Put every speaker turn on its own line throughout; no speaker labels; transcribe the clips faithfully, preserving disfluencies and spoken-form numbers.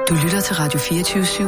Du lytter til Radio fireogtyve syv.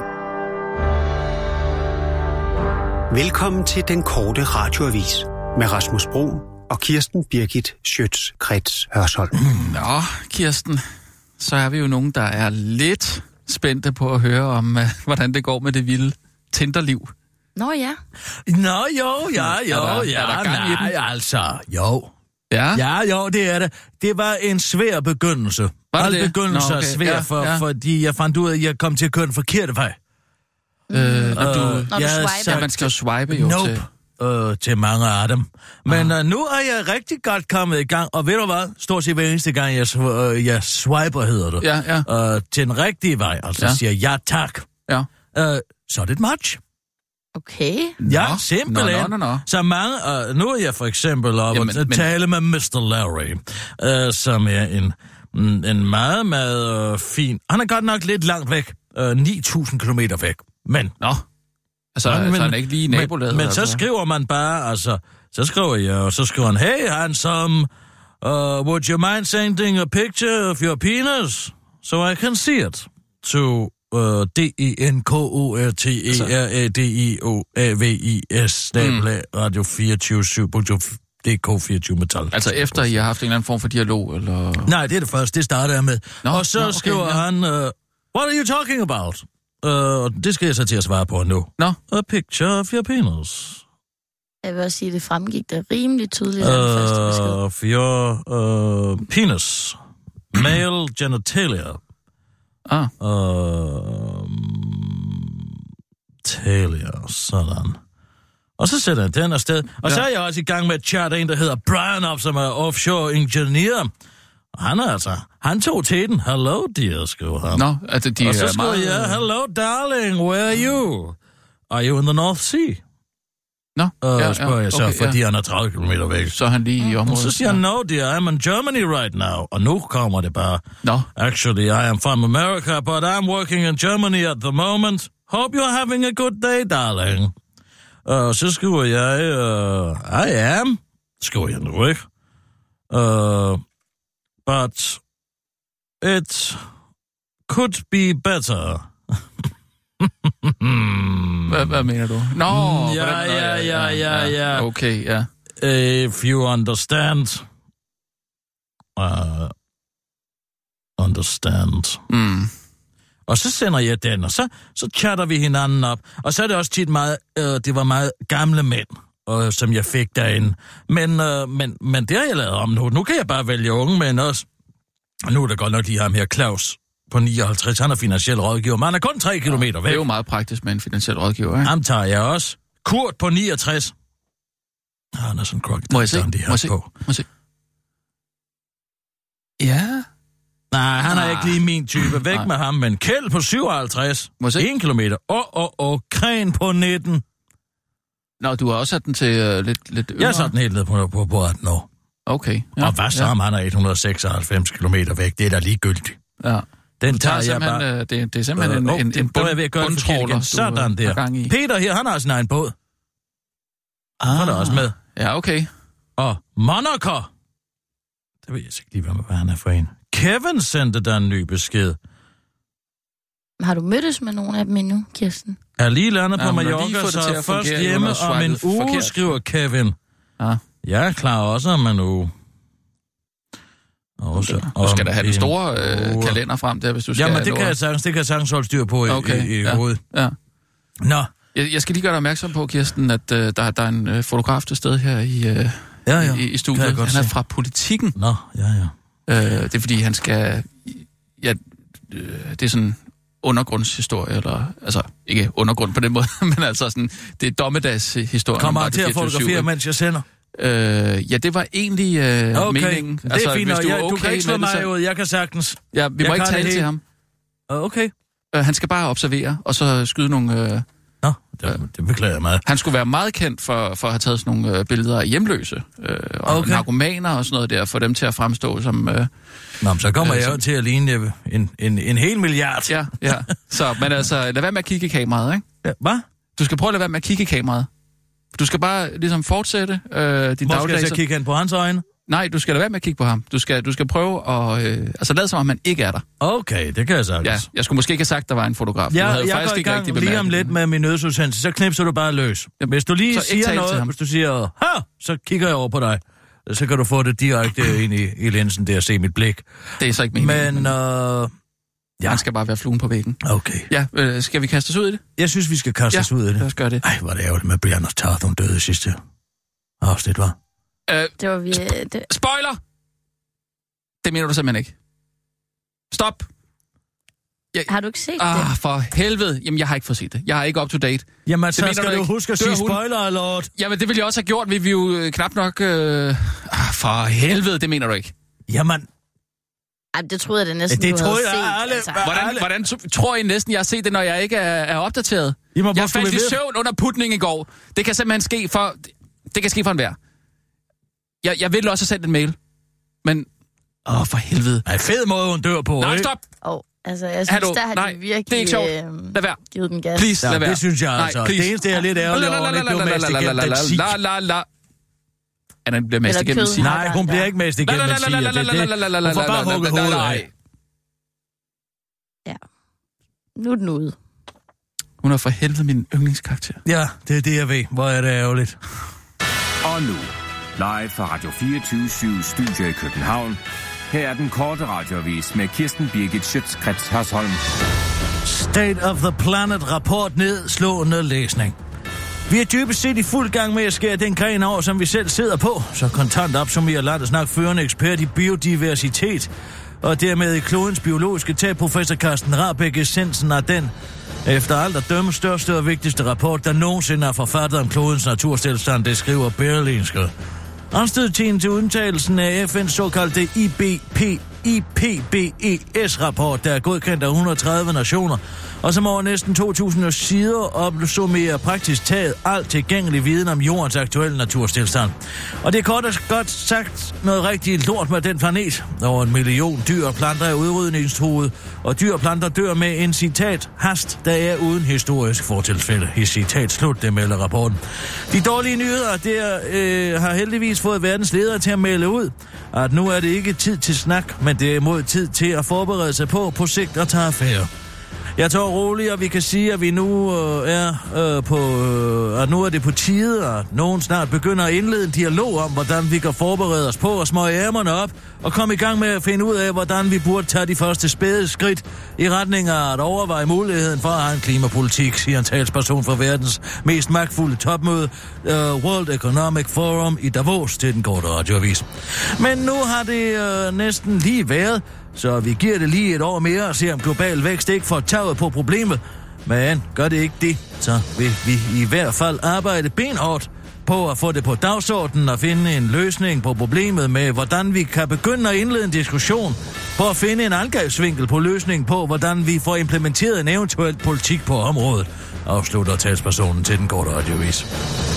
Velkommen til den korte radioavis med Rasmus Broen og Kirsten Birgit Schøtz-Krets Hørsholm.
Nå, Kirsten, så er vi jo nogen, der er lidt spændte på at høre om, uh, hvordan det går med det vilde Tinderliv.
Nå ja.
Nå jo, ja, jo,
er der,
ja,
er der gang i
nej,
den?
altså, jo.
Ja?
Ja, jo, det er det. Det var en svær begyndelse.
Var det
Al
det?
begyndelse
Nå,
er
okay.
svær,
Ja,
for,
ja.
fordi jeg fandt ud af, at jeg kom til at køre den forkerte vej.
Øh, når du,
Når du
jeg
swiper.
ja, man skal jo swipe jo
nope.
til...
Øh, til mange af dem. Men ah. uh, nu er jeg rigtig godt kommet i gang, og ved du hvad? Stort set hver eneste gang, jeg, uh, jeg swiper, hedder det,
Ja, ja.
Uh, til den rigtige vej, altså
Ja.
ja. siger ja tak,
Ja.
uh, så er det et match.
Okay.
Ja,
Nå.
simpelthen.
Nå, nå, nå, nå.
Så mange, uh, nu er jeg for eksempel oppe
Jamen,
og
men-
tale med mister Larry, uh, som er en, en meget, meget uh, fin... Han er godt nok lidt langt væk, uh, ni tusind kilometer væk, men...
Nå. Altså,
Men-
altså han er ikke lige i nabolaget.
Men, men
altså.
så skriver man bare, altså, så skriver jeg, og så skriver han, hey handsome, uh, would you mind sending a picture of your penis, so I can see it, to uh, D E N K O R T E R A D I O A V I S, snabel-a, radio fireogtyve syv punktum D K fireogtyve metal.
Altså efter I har haft en eller anden form for dialog, eller...
Nej, det er det første, det starter jeg med.
Nå,
og så
nå, okay,
skriver
ja.
han, uh, what are you talking about? Uh, det skal jeg så til at svare på nu.
Nå.
A picture of your penis.
Jeg vil også sige, at det fremgik da rimelig tydeligt af den første besked.
Uh, for your uh, penis. Male genitalia.
Ah,
Uh, talia, sådan. Og så sætter jeg den afsted. Og
Ja.
så er jeg også i gang med at chatte en, der hedder Brian op, som er offshore engineer. Og han er altså, han tog til den. Hello, dear, skriver han.
nå, altså de
Og så
er
skriver
meget...
jeg, hello, darling, where are you? Are you in the North Sea?
Nå,
Og ja, spørger jeg så,
okay,
fordi
ja.
han er tredive kilometer væk.
Så er han lige i
Og
området.
så siger han, no dear, I'm in Germany right now. Og nu kommer det bare.
Nå,
Actually, I am from America, but I'm working in Germany at the moment. Hope you're having a good day, darling. Og så skriver jeg, uh, I am. Skriver jeg nu, ikke? Uh, but it could be better.
hvad, hvad mener du? Nå,
Mm,
på
ja,
den måde,
ja, ja, ja, ja.
Okay, ja.
If you understand. Uh, understand.
Mm.
Og så sender jeg den, og så, så chatter vi hinanden op. Og så er det også tit meget, øh, det var meget gamle mænd, øh, som jeg fik derinde. Men, øh, men, men det har jeg lavet om nu. Nu kan jeg bare vælge unge mænd også. Og nu er der godt nok lige ham her, Claus, på nioghalvtreds. Han er finansiel rådgiver, men han er kun tre kilometer
Det
væk.
er jo meget praktisk med en finansiel rådgiver, ikke?
Ham tager jeg også. Kurt på niogtres. Ah, han er sådan en
Må jeg se?
de
Må jeg se?
på.
Må jeg se? Ja.
Nej, han er
Ah.
ikke lige min type. Væk
Nej.
med ham, men Kjeld på syvoghalvtreds.
Må jeg se?
en kilometer. Åh, åh, åh. Kren på nitten.
Nå, du har også sat den til uh, lidt, lidt yngre.
Jeg satte den helt ned på, på, på atten år.
Okay.
Ja, og hvad så, om han er et hundrede og seksoghalvfems kilometer væk? Det er da ligegyldigt.
Ja.
Den
Du tager
tager jeg
simpelthen,
bare...
øh, det, det er simpelthen en,
Øh,
en,
det
en
prøver jeg ved at gøre det forkert igen.
bundtråler,
Sådan
du, øh, har gang
der.
i.
Peter her, han har sin egen båd.
Ah.
Han er også med.
Ja, okay.
Og Monaco. Det ved jeg ikke lige, hvad han er for en. Kevin sendte der en ny besked.
Har du mødtes med nogle af dem endnu, Kirsten?
Er lige landet
Ja,
på
hun har lige
Mallorca,
fået det
så
til
er
at
først
fungere,
hjemme
hun har
om en
swipet
uge,
forkert.
skriver Kevin.
Ja.
Jeg er klar også om en uge. Også
Du skal da have den
en
store øh,
uge.
kalender frem der, hvis du skal...
Jamen, det
nå-
kan jeg sagtens, det kan jeg sagtens holde styr på i,
Okay,
i, i
ja.
hovedet.
Ja.
Nå,
Jeg, jeg skal lige gøre dig opmærksom på, Kirsten, at øh, der, der er en øh, fotograf til stede her i, øh,
ja, ja.
i, i
Kan jeg
studiet.
godt
Han er
se.
fra Politikken.
Nå, ja, ja.
Øh, det er fordi, han skal... Ja, øh, det er sådan undergrundshistorie, eller... Altså, ikke undergrund på den måde, men altså sådan... Det er dommedagshistorie.
Kommer han til at fotografere, mens jeg sender?
Øh, ja, det var egentlig øh,
Okay,
meningen.
det er fint,
hvis
og
du,
jeg,
er
du
okay
kan ikke slå
med det,
mig
så-
ud, jeg kan sagtens.
Ja, vi
Jeg
må ikke
kan
tale
det
til
hele.
ham.
Okay.
Øh, han skal bare observere, og så skyde nogle... Øh,
Nå, det, det beklager jeg meget.
han skulle være meget kendt for, for at have taget sådan nogle øh, billeder af hjemløse, øh, og
Okay.
narkomaner og sådan noget der, for dem til at fremstå som... Øh,
Nå, men så kommer
Øh,
jeg
så-
jo til at ligne en, en, en hel milliard.
ja, ja. Så, men altså, lad være med at kigge i kameraet, ikke?
Ja, hvad?
Du skal prøve at lade være med at kigge i kameraet. Du skal bare ligesom fortsætte øh, din
Hvor skal jeg
dagligdag.
så kigge hen på hans øjne?
Nej, du skal lade være med at kigge på ham. Du skal, du skal prøve at... Øh, altså lade som om, han ikke er der.
Okay, det kan jeg sagtens.
Ja, jeg skulle måske ikke have sagt, der var en fotograf.
Ja,
du havde
jeg
faktisk
går i
ikke
gang
rigtig
lige om lidt med min nødsudsendelse, så knipser du bare løs. Hvis du lige
så
siger noget, hvis du siger, ha, så kigger jeg over på dig. Så kan du få det direkte ind i, i linsen der og se mit blik.
Det er så ikke meningen.
Men, øh...
ja. Han skal bare være fluen på væggen.
Okay.
Ja, øh, skal vi kaste os ud i det?
Jeg synes, vi skal kaste
ja,
os ud i det.
lad os gøre det.
Ej, hvor er det ærgerligt med Brianna Tarth, hun døde sidste afsnit, var.
Øh,
det var vi... Det...
Spoiler! Det mener du simpelthen ikke. Stop!
Jeg... Har du ikke set
ah,
det?
Ah, for helvede. Jamen, jeg har ikke fået set det. Jeg er ikke up to date.
Jamen, så
det
skal du,
du
huske at sige spoiler alert.
Jamen, det ville jeg også have gjort, vi vi jo øh, knap nok... Øh... Ah, for helvede, det mener du ikke.
Jamen...
Ej, det troede jeg det næsten,
det
du havde
jeg,
set.
Alle,
altså.
Hvordan, hvordan tror I næsten, jeg har set det, når jeg ikke er, er opdateret?
Jamen,
jeg faldt i søvn under putning i går. Det kan simpelthen ske for... Det kan ske for enhver. Jeg, jeg ville også have sendt en mail. Men... Åh, oh, for helvede.
Ej, fed måde, hun dør på,
Nej,
ikke?
stop!
Åh, oh, altså, jeg synes,
Hallo,
der har
nej,
de virkelig...
det er ikke sjovt. Lad være.
Givet den gas.
Please,
ja,
lad være.
det synes jeg altså.
Nej,
det eneste, jeg er lidt ærgerlig over, det blev mest igennem den sig.
La, la, la. Anna bliver mest igennem sig.
Nej, hun bliver ikke mest igennem den sig. Hun får bare hugget hovedet af.
Ja. Nu er den ude.
Hun er for helvede min yndlingskarakter.
Ja, det er det, jeg ved. Hvor er det ærgerligt.
Og nu, live fra Radio fireogtyve syv Studio i København. Her er den korte radioavis med Kirsten Birgit Schøtz-Krets Hørsholm.
State of the Planet rapport nedslående læsning. Vi er dybest set i fuld gang med at skære den gren over, som vi selv sidder på. Så kontant opsummerer landets nok førende ekspert i biodiversitet, og dermed i klodens biologiske tag, professor Carsten Rahbek, essensen af den, efter alt at dømme, største og vigtigste rapport, der nogensinde er forfattet om klodens naturtilstand, det skriver Berlingske. Anstødtiden til udtagelsen af F N's såkaldte I B P I P B E S-rapport, der er godkendt af et hundrede og tredive nationer, og som over næsten to tusind sider opsummerer praktisk taget alt tilgængelig viden om jordens aktuelle naturtilstand. Og det er kort og godt sagt noget rigtig lort med den planet. Over en million dyr og planter er udrydningstruet, og dyr og planter dør med en citat hast, der er uden historisk fortilfælde. I citat slut, det melder rapporten. De dårlige nyheder, der øh, har heldigvis fået verdens ledere til at melde ud, at nu er det ikke tid til snak, men derimod tid til at forberede sig på på sigt at tage affære. Jeg tager roligt, og vi kan sige, at vi nu øh, er øh, på, øh, at nu er det på tide, at nogen snart begynder at indlede en dialog om, hvordan vi kan forberede os på at smøge ærmerne op og komme i gang med at finde ud af, hvordan vi burde tage de første spæde skridt i retning af at overveje muligheden for at have en klimapolitik, siger en talsperson for verdens mest magtfulde topmøde, uh, World Economic Forum i Davos, til den korte radioavis. Men nu har det uh, næsten lige været, så vi giver det lige et år mere og ser, om global vækst ikke får taget på problemet. Men gør det ikke det, så vil vi i hvert fald arbejde benhårdt på at få det på dagsordenen og finde en løsning på problemet med, hvordan vi kan begynde at indlede en diskussion på at finde en angrebsvinkel på løsningen på, hvordan vi får implementeret en eventuel politik på området, afslutter talspersonen til den korte radiovis.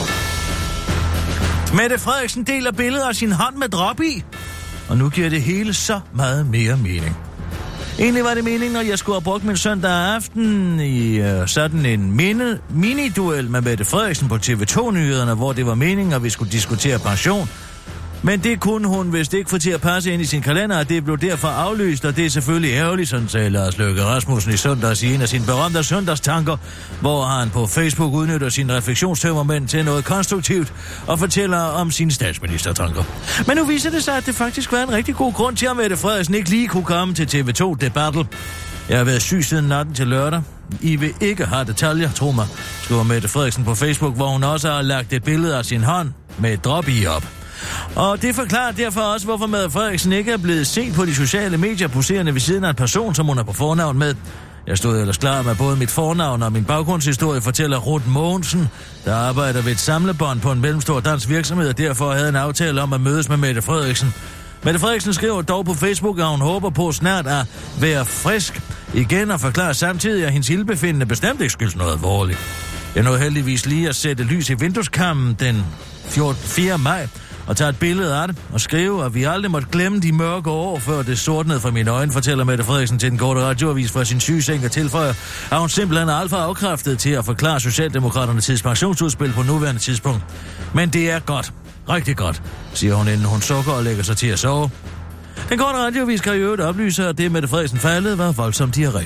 Mette Frederiksen deler billeder af sin hånd med drop i, og nu giver det hele så meget mere mening. Egentlig var det meningen, at jeg skulle have brugt min søndag aften i uh, sådan en mini- mini-duel med Mette Frederiksen på T V to-nyhederne, hvor det var meningen, at vi skulle diskutere pension. Men det kunne hun vist ikke få til at passe ind i sin kalender, og det blev derfor aflyst, og det er selvfølgelig ærgerligt, sådan sagde Lars Løkke Rasmussen i søndags i en af sine berømte søndagstanker, hvor han på Facebook udnytter sine refleksionstømmermænd til noget konstruktivt og fortæller om sine statsministertanker. Men nu viser det sig, at det faktisk var en rigtig god grund til, at Mette Frederiksen ikke lige kunne komme til T V to Debattle. Jeg har været syg siden natten til lørdag. I vil ikke have detaljer, tro mig, skriver Mette Frederiksen på Facebook, hvor hun også har lagt et billede af sin hånd med et drop i op. Og det forklarer derfor også, hvorfor Mette Frederiksen ikke er blevet set på de sociale medier poserende ved siden af en person, som hun er på fornavn med. Jeg stod ellers klar med både mit fornavn og min baggrundshistorie, fortæller Ruth Mogensen, der arbejder ved et samlebånd på en mellemstor dansk virksomhed, og derfor havde en aftale om at mødes med Mette Frederiksen. Mette Frederiksen skriver dog på Facebook, at hun håber på snart at være frisk igen, og forklarer samtidig, at hendes ildbefindende bestemt ikke skyldes noget alvorligt. Jeg nåede heldigvis lige at sætte lys i vindueskammen den fjerde maj, og tage et billede af det og skrive, at vi aldrig måtte glemme de mørke år, før det sortnede fra mine øjne, fortæller Mette Frederiksen til den korte radioavis fra sin sygeseng og tilføjer, at hun simpelthen er alt for afkræftet til at forklare Socialdemokraterne tids pensionsudspil på nuværende tidspunkt. Men det er godt. Rigtig godt, siger hun, inden hun sukker og lægger sig til at sove. Den korte radiovis kan i øvrigt oplyse, at det Mette Frederiksen faldet var voldsom diarré.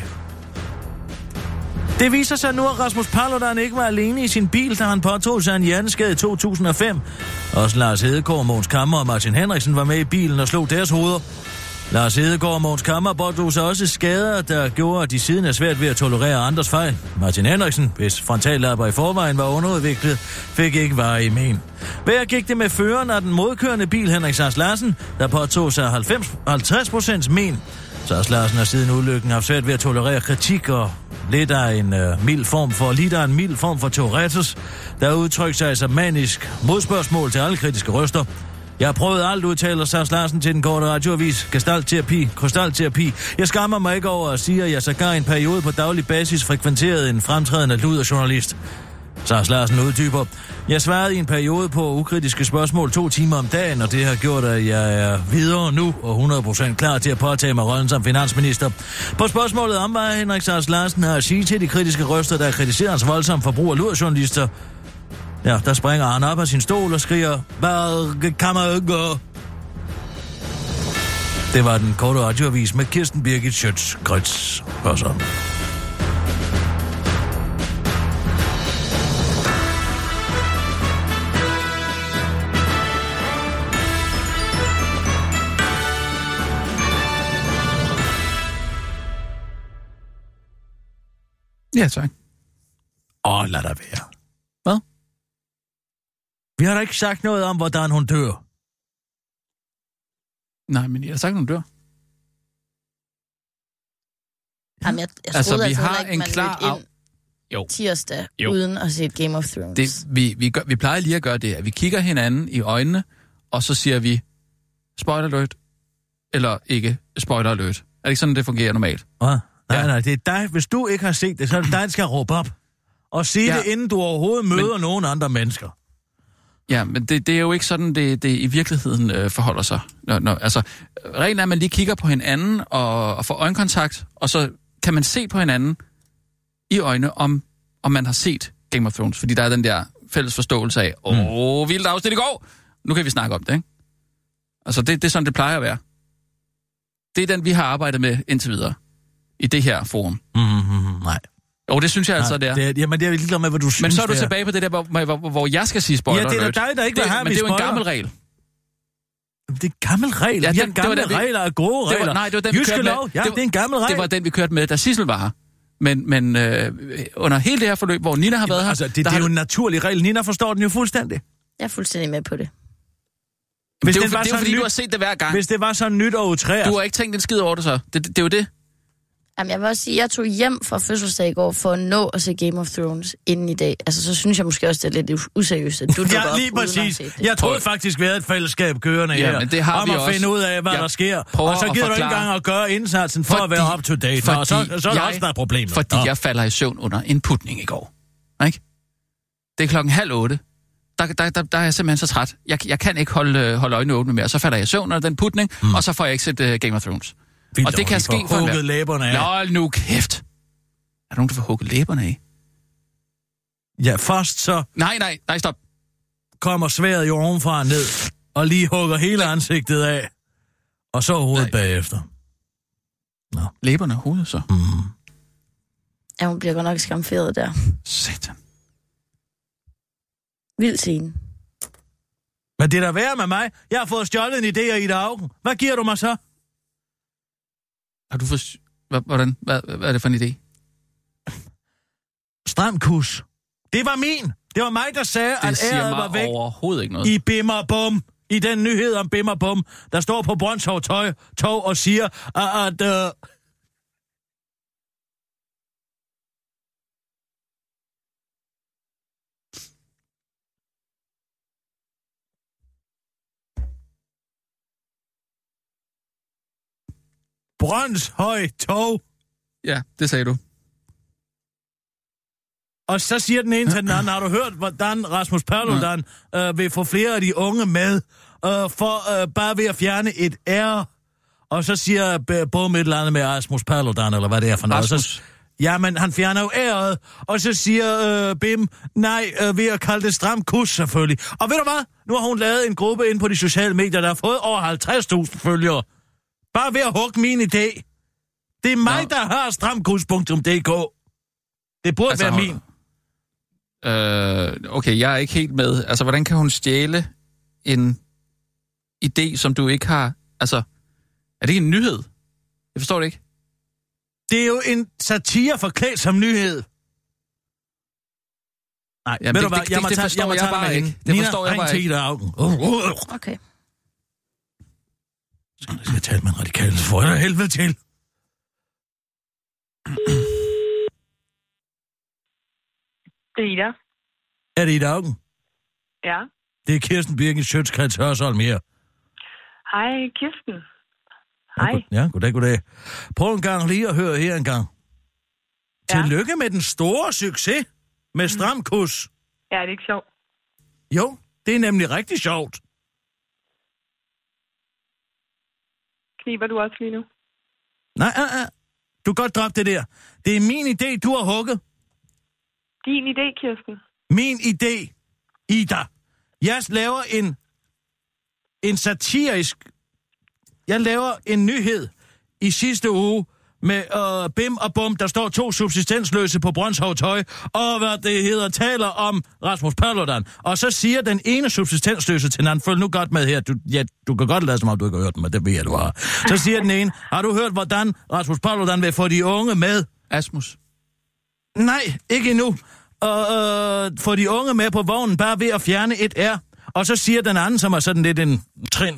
Det viser sig nu, at Rasmus Paludan ikke var alene i sin bil, da han påtog sig en hjerneskade i to tusind og fem. Også Lars Hedegaard, Mogens Kammer og Martin Henriksen var med i bilen og slog deres hoveder. Lars Hedegaard og Mogens Kammer påtog sig også skader, der gjorde, at de siden er svært ved at tolerere andres fejl. Martin Henriksen, hvis frontallapper i forvejen var underudviklet, fik ikke vare i men. Hver gik det med føreren af den modkørende bil Henrik Sars Larsen, der påtog sig halvtreds procent men. Sars Larsen har siden ulykken haft svært ved at tolerere kritik og lidt af en uh, mild form for lidt af en mild form for Tourettes, der udtrykker sig som manisk modspørgsmål til alle kritiske røster. Jeg har prøvet alt, udtaler Sars Larsen til den korte radioavis. Gestaltterapi, krystalterapi. Jeg skammer mig ikke over at sige, at jeg sågar i en periode på daglig basis frekventerede en fremtrædende luderjournalist. Sars Larsen uddyber. Jeg svarede i en periode på ukritiske spørgsmål to timer om dagen, og det har gjort, at jeg er videre nu og hundrede procent klar til at påtage mig rollen som finansminister. På spørgsmålet om, hvad Henrik Sars Larsen har at sige til de kritiske røster, der kritiserer hans voldsomme forbrug af luderjournalister, ja, der springer han op af sin stol og skriger, hvad kan man ikke gøre? Det var den korte radioavis med Kirsten Birgit Schøtz-Krets. Og så.
Ja, tak.
Åh, lad der være.
Hvad?
Vi har da ikke sagt noget om, hvordan hun dør.
Nej, men jeg har sagt, hun dør.
Jamen, jeg, jeg
Altså,
troede
vi
altså
har
heller ikke,
en
man
klar
løb
af-
ind
Jo.
tirsdag,
Jo.
uden at se Game of Thrones.
Det, vi, vi, gør, vi plejer lige at gøre det, at vi kigger hinanden i øjnene, og så siger vi, spoiler alert, eller ikke spoiler alert. Er det ikke sådan, det fungerer normalt?
Hvad? Nej,
Ja.
nej, det er dig. Hvis du ikke har set det, så er det dig, der skal råbe op. Og sige
Ja.
det, inden du overhovedet møder
Men-
nogen andre mennesker.
Ja, men det, det er jo ikke sådan, det, det i virkeligheden øh, forholder sig. Når, når, altså, reglen er, at man lige kigger på hinanden og, og får øjenkontakt, og så kan man se på hinanden i øjne, om, om man har set Game of Thrones. Fordi der er den der fælles forståelse af, åh, oh, vildt afsnit i går! Nu kan vi snakke om det, ikke? Altså, det, det er sådan, det plejer at være. Det er den, vi har arbejdet med indtil videre i det her forum.
Mm-hmm, nej.
Jo, det synes jeg altså, det er.
Det er jamen, det er jo ligeglad med, hvad du synes,
Men så er du
det
tilbage på det der, hvor, hvor, hvor jeg skal sige spoiler
Ja, det er
alert.
da dig, der ikke vil
det,
have,
Men
vi
det er jo en
spoiler.
gammel regel.
Det er en gammel regel.
Ja,
Ja,
den-
de
det var
gamle
den, vi-
regler er gode
Det var,
regler.
nej, det var den, vi
Jyske
kørte med.
lov. Ja,
det,
det er en gammel regel.
Det var den, vi kørte med, da Sissel var her. Men, men øh, under hele det her forløb, hvor Nina har været her...
Altså, det,
der
det er
har
jo en naturlig regel. Nina forstår den jo fuldstændig.
Jeg er fuldstændig med på det.
Hvis
det er jo,
den var
det er jo
så
fordi,
nyt,
du har set det hver gang.
Hvis det var så nyt og utræret.
Du har ikke tænkt en skid over det så. Det, det, det er jo det.
Jamen, jeg vil også sige, at jeg tog hjem fra fødselsdag i går for at nå at se Game of Thrones inden i dag. Altså, så synes jeg måske også, det er lidt useriøst, at du dukker
Ja,
op
lige
uden at have
præcis.
set det.
Jeg troede faktisk, vi havde et fællesskab kørende
Ja,
her.
men det har
om
vi
at
også.
finde ud af, hvad
Jeg
der sker.
prøver
Og så
at
gider du ikke
forklare-
engang at gøre indsatsen for
Fordi-
at være up to date. Og så, så er der også der er problemer.
Fordi
Nå.
jeg falder i søvn under en putning i går. Ikke? Det er klokken halv otte. Der, der, der, der er jeg simpelthen så træt. Jeg, jeg kan ikke holde, holde øjnene åbne mere. Så falder jeg i søvn under den putning, mm. og så får jeg ikke set uh, Game of Thrones.
Vildt
og det kan
dårligt
ske
for
for
hugget
enhver.
læberne af.
Nå, nu kæft. Er der nogen, der får hugget læberne af?
Ja, først så
Nej, nej, nej, stop.
kommer sværet jo ovenfra og ned, og lige hugger hele ansigtet af, og så hovedet
Nej.
bagefter.
Læberne og hovedet så.
Mm.
Ja, hun bliver godt nok skamferet der.
Satan.
Vild scene.
Men det er da værd med mig. Jeg har fået stjålet en idé af Ida Auken. Hvad giver du mig så?
Har du fået... Hva- Hvordan? Hvad, hvad er det for en idé?
Stram kus. Det var min. Det var mig, der sagde,
Det
at
siger
æret var
mig
væk
overhovedet ikke noget.
i Bimmer Bum. I den nyhed om Bimmer Bum, der står på Brøndshov tøj, tog og siger, at... at uh... Brøndshøj tog.
Ja, det sagde du.
Og så siger den ene til den anden, har du hørt, hvordan Rasmus Paludan øh, vil få flere af de unge med, øh, for øh, bare ved at fjerne et R. Og så siger øh, Bum et eller andet med Rasmus Paludan, eller hvad det er for noget.
Rasmus.
Så, jamen han fjerner jo æret, og så siger øh, Bim, nej, øh, ved at kalde det stram kus selvfølgelig. Og ved du hvad? Nu har hun lavet en gruppe ind på de sociale medier, der har fået over halvtreds tusind følgere. Bare ved at hugge min idé. Det er mig, Nå. der har stramkus punktum d k. Det burde altså, være min.
Øh, okay, jeg er ikke helt med. Altså, hvordan kan hun stjæle en idé, som du ikke har... Altså, er det ikke en nyhed? Jeg forstår det ikke.
Det er jo en satire forklædt som nyhed. Nej,
jamen,
ved
det,
du hvad?
det,
Jeg må
det,
tage,
det forstår
jeg, må
jeg,
tage
jeg bare ikke. Det
Nina,
forstår jeg bare ikke.
Uh, uh.
Okay.
Så skal jeg tale med en radikal, så får jeg helvede til.
Det er Ida.
Er det i dagen?
Ja.
Det er Kirsten Birgit Schøtz-Krets Hørsholm her.
Hej, Kirsten. Hej.
Ja, goddag, goddag. Prøv en gang lige at høre her en gang.
Ja.
Tillykke med den store succes med Stram Kus.
Ja, det er ikke sjovt.
Jo, det er nemlig rigtig sjovt.
Kniber du også lige nu?
Nej, nej, nej. Du kan godt droppe det der. Det er min idé, du har hugget.
Din idé, Kirsten.
Min idé, Ida. Jeg laver en, en satirisk... Jeg laver en nyhed i sidste uge med øh, Bim og Bum, der står to subsistensløse på Brøndshov Tøj, og hvad det hedder, taler om Rasmus Paludan. Og så siger den ene subsistensløse til den, følg nu godt med her, du, ja, du kan godt lade som om du ikke har hørt den, men det ved jeg, du har. Så siger den ene, har du hørt, hvordan Rasmus Paludan vil få de unge med?
Asmus.
Nej, ikke endnu. Og øh, få de unge med på vognen bare ved at fjerne et R. Og så siger den anden, som er sådan lidt en trin,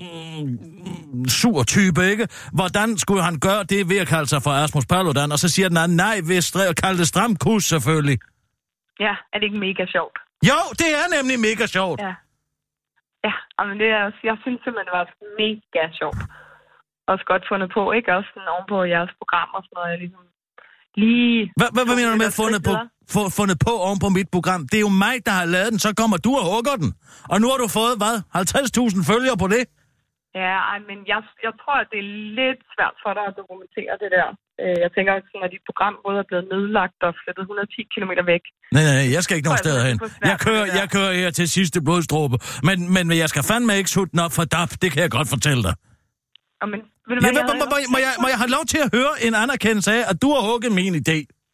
mm, sur type, ikke? Hvordan skulle han gøre det ved at kalde sig for Rasmus Paludan? Og så siger den anden, nej, ved at kalde det stram kus, selvfølgelig.
Ja, er det ikke mega sjovt?
Jo, det er nemlig mega sjovt.
Ja. Ja, men det er også, jeg synes simpelthen, det var mega sjovt. Også godt fundet på, ikke? Også sådan oven på jeres program og sådan noget, jeg ligesom lige...
Hvad, hvad, hvad mener du med fundet på, for, fundet på oven på mit program? Det er jo mig, der har lavet den, så kommer du og hugger den. Og nu har du fået, hvad, halvtreds tusind følgere på det?
Ja, ej, men jeg, jeg tror, at det er lidt svært for dig at dokumentere det der. Jeg tænker, at når dit program både er blevet nedlagt og flyttet et hundrede og ti kilometer væk.
Nej, nej, jeg skal ikke nogen steder hen. Jeg kører, jeg kører her til sidste blodstråbe. Men, men jeg skal fandme ikke sutte den op for D A P, det kan jeg godt fortælle dig.
Og men, vil du, ja,
hvad, må, må, må, jeg, må jeg have lov til at høre en anerkendelse af, at du har hugget min idé?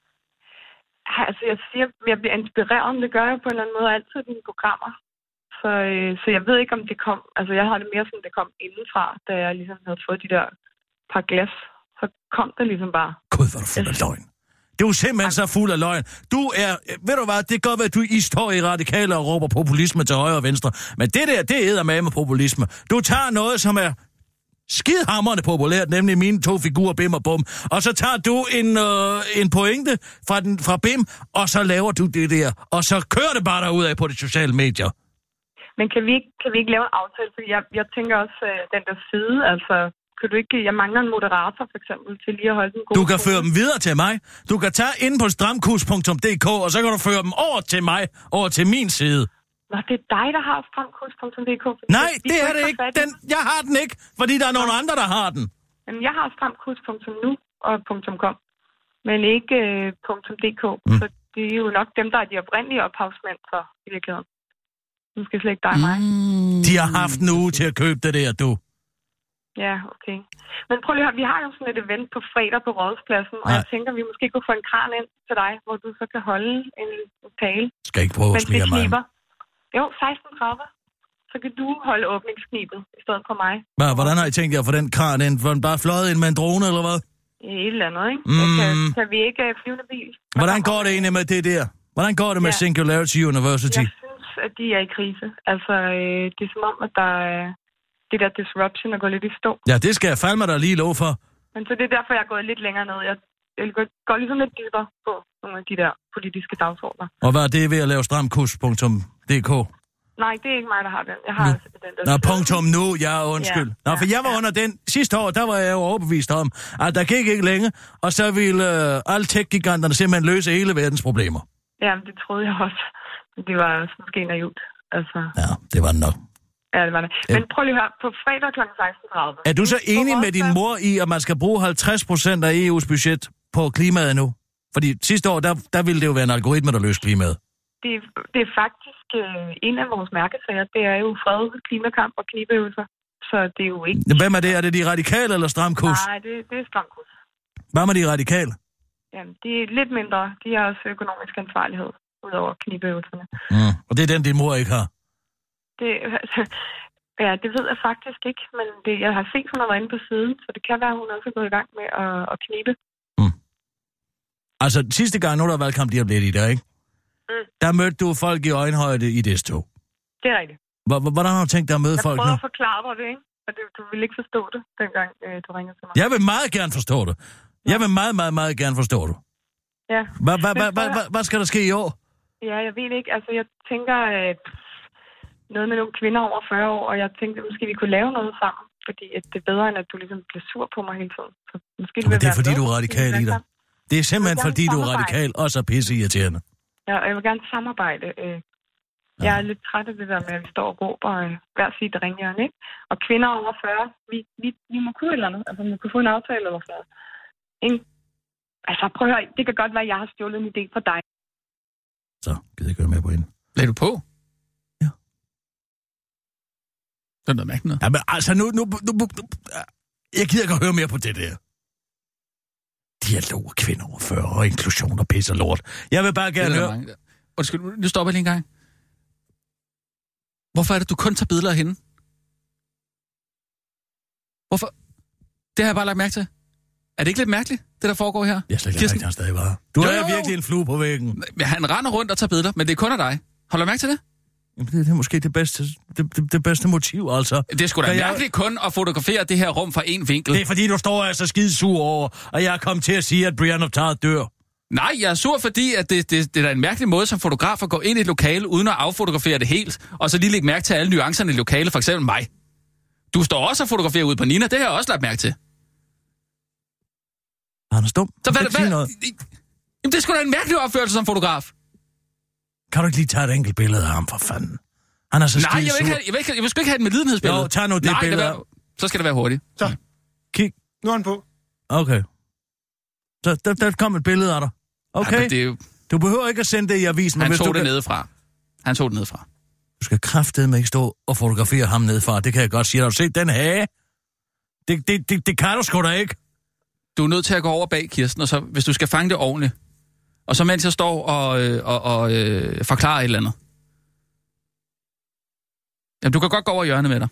Altså, jeg siger, jeg bliver inspireret, det gør jeg på en eller anden måde altid i dine programmer. Så, øh, så jeg ved ikke, om det kom... Altså, jeg har det mere som, det kom indenfra, da jeg ligesom havde fået de der par glas. Så kom det ligesom bare.
Gud, hvor er du fuld af løgn. Det er jo simpelthen så fuld af løgn. Du er... Ved du hvad, det kan godt være, at du I står i radikale og råber populisme til højre og venstre. Men det der, det æder med med populisme. Du tager noget, som er skidhamrende populært, nemlig mine to figurer, Bim og Bum. Og så tager du en, øh, en pointe fra, den, fra Bim, og så laver du det der. Og så kører det bare derudad på de sociale medier.
Men kan vi ikke, kan vi ikke lave en aftale? Fordi jeg, jeg tænker også, øh, den der side, altså... Kan du ikke... Jeg mangler en moderator, for eksempel, til lige at holde den gode...
Du kan føre dem videre til mig. Du kan tage ind på stramkus punktum d k, og så kan du føre dem over til mig, over til min side.
Nå, det er dig, der har stramkus punktum d k.
Nej, det er det ikke. Den, jeg har den ikke, fordi der er nogle andre, der har den.
Jamen, jeg har stramkus punktum nu og .com, men ikke uh, .dk. Mm. Så det er jo nok dem, der er de oprindelige ophavsmænd for i virkeligheden. Nu skal slet ikke dig og mig.
Mm. De har haft en uge til at købe det der, du.
Ja, okay. Men prøv lige at høre, vi har jo sådan et event på fredag på Rådhuspladsen, og jeg tænker, at vi måske kunne få en kran ind til dig, hvor du så kan holde en tale.
Skal ikke prøve at smire mig?
Jo, seksten tredive. Så kan du holde åbningsknibet i stedet for mig.
Hva, hvordan har I tænkt jer at få den kran ind? Var den bare fløjet ind med en drone, eller hvad?
Et eller andet, ikke?
Mm.
Kan, kan vi ikke flyvende bil?
Hvordan går det egentlig med det der? Hvordan går det med ja. Singularity University?
Jeg synes, at de er i krise. Altså, øh, det er som om, at der er... Det der disruption er gået lidt i stå.
Ja, det skal jeg fandme da lige lov for.
Men så det er derfor, jeg er gået lidt længere ned. Jeg, jeg går, går ligesom lidt dybere på nogle af de der politiske dagsordner.
Og hvad er det ved at lave stramkus punktum d k?
Nej, det er ikke mig, der har den. Jeg har altså den der...
Nå, punktum nu, ja, undskyld. Ja, Nå, for jeg var ja. under den... Sidste år, der var jeg jo overbevist om, at der gik ikke længe, og så ville øh, alle tech-giganterne simpelthen løse hele verdens problemer.
Jamen, det troede jeg også. Det var måske naivt. Altså...
Ja, det var det nok.
Ja, det var det. Men prøv lige at høre, på fredag kl. seksten tredive...
Er du så enig med din mor i, at man skal bruge halvtreds procent af E U's budget på klimaet nu? Fordi sidste år, der, der ville det jo være en algoritme, der løste klimaet.
Det, det er faktisk øh, en af vores mærkesager. Det er jo fred, klimakamp og knibeøvelser. Så det er jo ikke...
Hvem er det? Er det de radikale eller stram kurs?
Nej, det, det er stram kurs.
Hvad med de radikale?
Jamen, de er lidt mindre. De har også økonomisk ansvarlighed, udover knibeøvelserne.
Mm. Og det er den, din mor ikke har?
Det, altså, ja, det ved jeg faktisk ikke, men det, jeg har set, hun har været inde på siden, så det kan være, at hun også er gået i gang med at, at knibe.
Mm. Altså, sidste gang, nu der valgkamp, de har blevet i dag, ikke? Mm. Der mødte du folk i øjenhøjde i det tog.
Det er rigtigt.
Hvordan har du tænkt dig at møde
jeg
folk nu?
Jeg prøvede at forklare dig det, ikke? Og det, du ville ikke forstå det, dengang øh, du ringede til mig.
Jeg vil meget gerne forstå det. Jeg vil meget, meget, meget gerne forstå det.
Ja.
Hvad hva, hva, hva, hva, hva skal der ske i år?
Ja, jeg ved ikke. Altså, jeg tænker at noget med nogle kvinder over fyrre år, og jeg tænkte, at måske vi kunne lave noget sammen. Fordi at det er bedre, end at du ligesom bliver sur på mig hele tiden. Så måske det,
Men det er fordi, du er radikal i dig. Det er simpelthen fordi, du er radikal og så pisseirriterende.
Ja, og jeg vil gerne samarbejde. Jeg er lidt træt af det der med, at vi står og råber hver sit ringjern, ikke? Og kvinder over fyrre, vi, vi, vi må kunne et eller andet. Altså, vi må kunne få en aftale eller sådan noget. Ikke? Altså, prøv at høre. Det kan godt være, at jeg har stjålet en idé fra dig.
Så, gider jeg gøre med på hende.
Lad du på?
Ja.
Det er noget mærkeligt noget.
Ja, men altså, nu, nu, nu, nu... Jeg gider ikke at høre mere på det der. Dialog af kvinder over fyrre og inklusion og pis og lort. Jeg vil bare gerne høre...
Mange... Undskyld, nu stopper jeg lige en gang. Hvorfor er det, du kun tager billeder af hende? Hvorfor? Det har jeg bare lagt mærke til. Er det ikke lidt mærkeligt, det der foregår her?
Jeg er slet ikke rigtig, han stadig var. Du jo, er jo. virkelig en flue på væggen.
Han render rundt og tager billeder, men det er kun af dig. Holder du mærke til det?
Jamen, det er måske det bedste, det, det, det bedste motiv, altså.
Det er sgu da mærkeligt jeg... kun at fotografere det her rum fra en vinkel.
Det er fordi, du står altså skidesur over, og jeg er kommet til at sige, at Brian of Tarth dør.
Nej, jeg er sur, fordi at det, det, det er en mærkelig måde som fotograf at gå ind i et lokale, uden at affotografere det helt, og så lige lægge mærke til alle nuancerne i lokalet, for eksempel mig. Du står også og fotograferer ud på Nina, det har jeg også lagt mærke til.
Han er stum.
Så hvad, hvad, hvad? Jamen, det er sgu da en mærkelig opførelse som fotograf.
Kan du ikke lige tage et enkelt billede af ham, for fanden? Han er så
Nej, jeg vil, ikke have, jeg, vil ikke, jeg vil sgu ikke have et medlidenhedsbillede.
Jo, tag nu det
Nej,
billede.
Det være, så skal det være hurtigt.
Så,
kig.
Nu er han på.
Okay. Så der, der kom et billede af dig. Okay.
Ja, det er jo...
Du behøver ikke at sende det i avisen.
Han
hvis
tog
du
det
kan...
nedefra. Han tog det nedefra.
Du skal kraftedeme ikke stå og fotografere ham nedefra. Det kan jeg godt sige. Har du set den hage? Det, det, det, det kan du sgu da ikke.
Du er nødt til at gå over bag, Kirsten, og så, hvis du skal fange det ordentligt. Og så mens jeg står og, øh, og, og øh, forklarer et eller andet. Jamen, du kan godt gå over hjørnet med dig.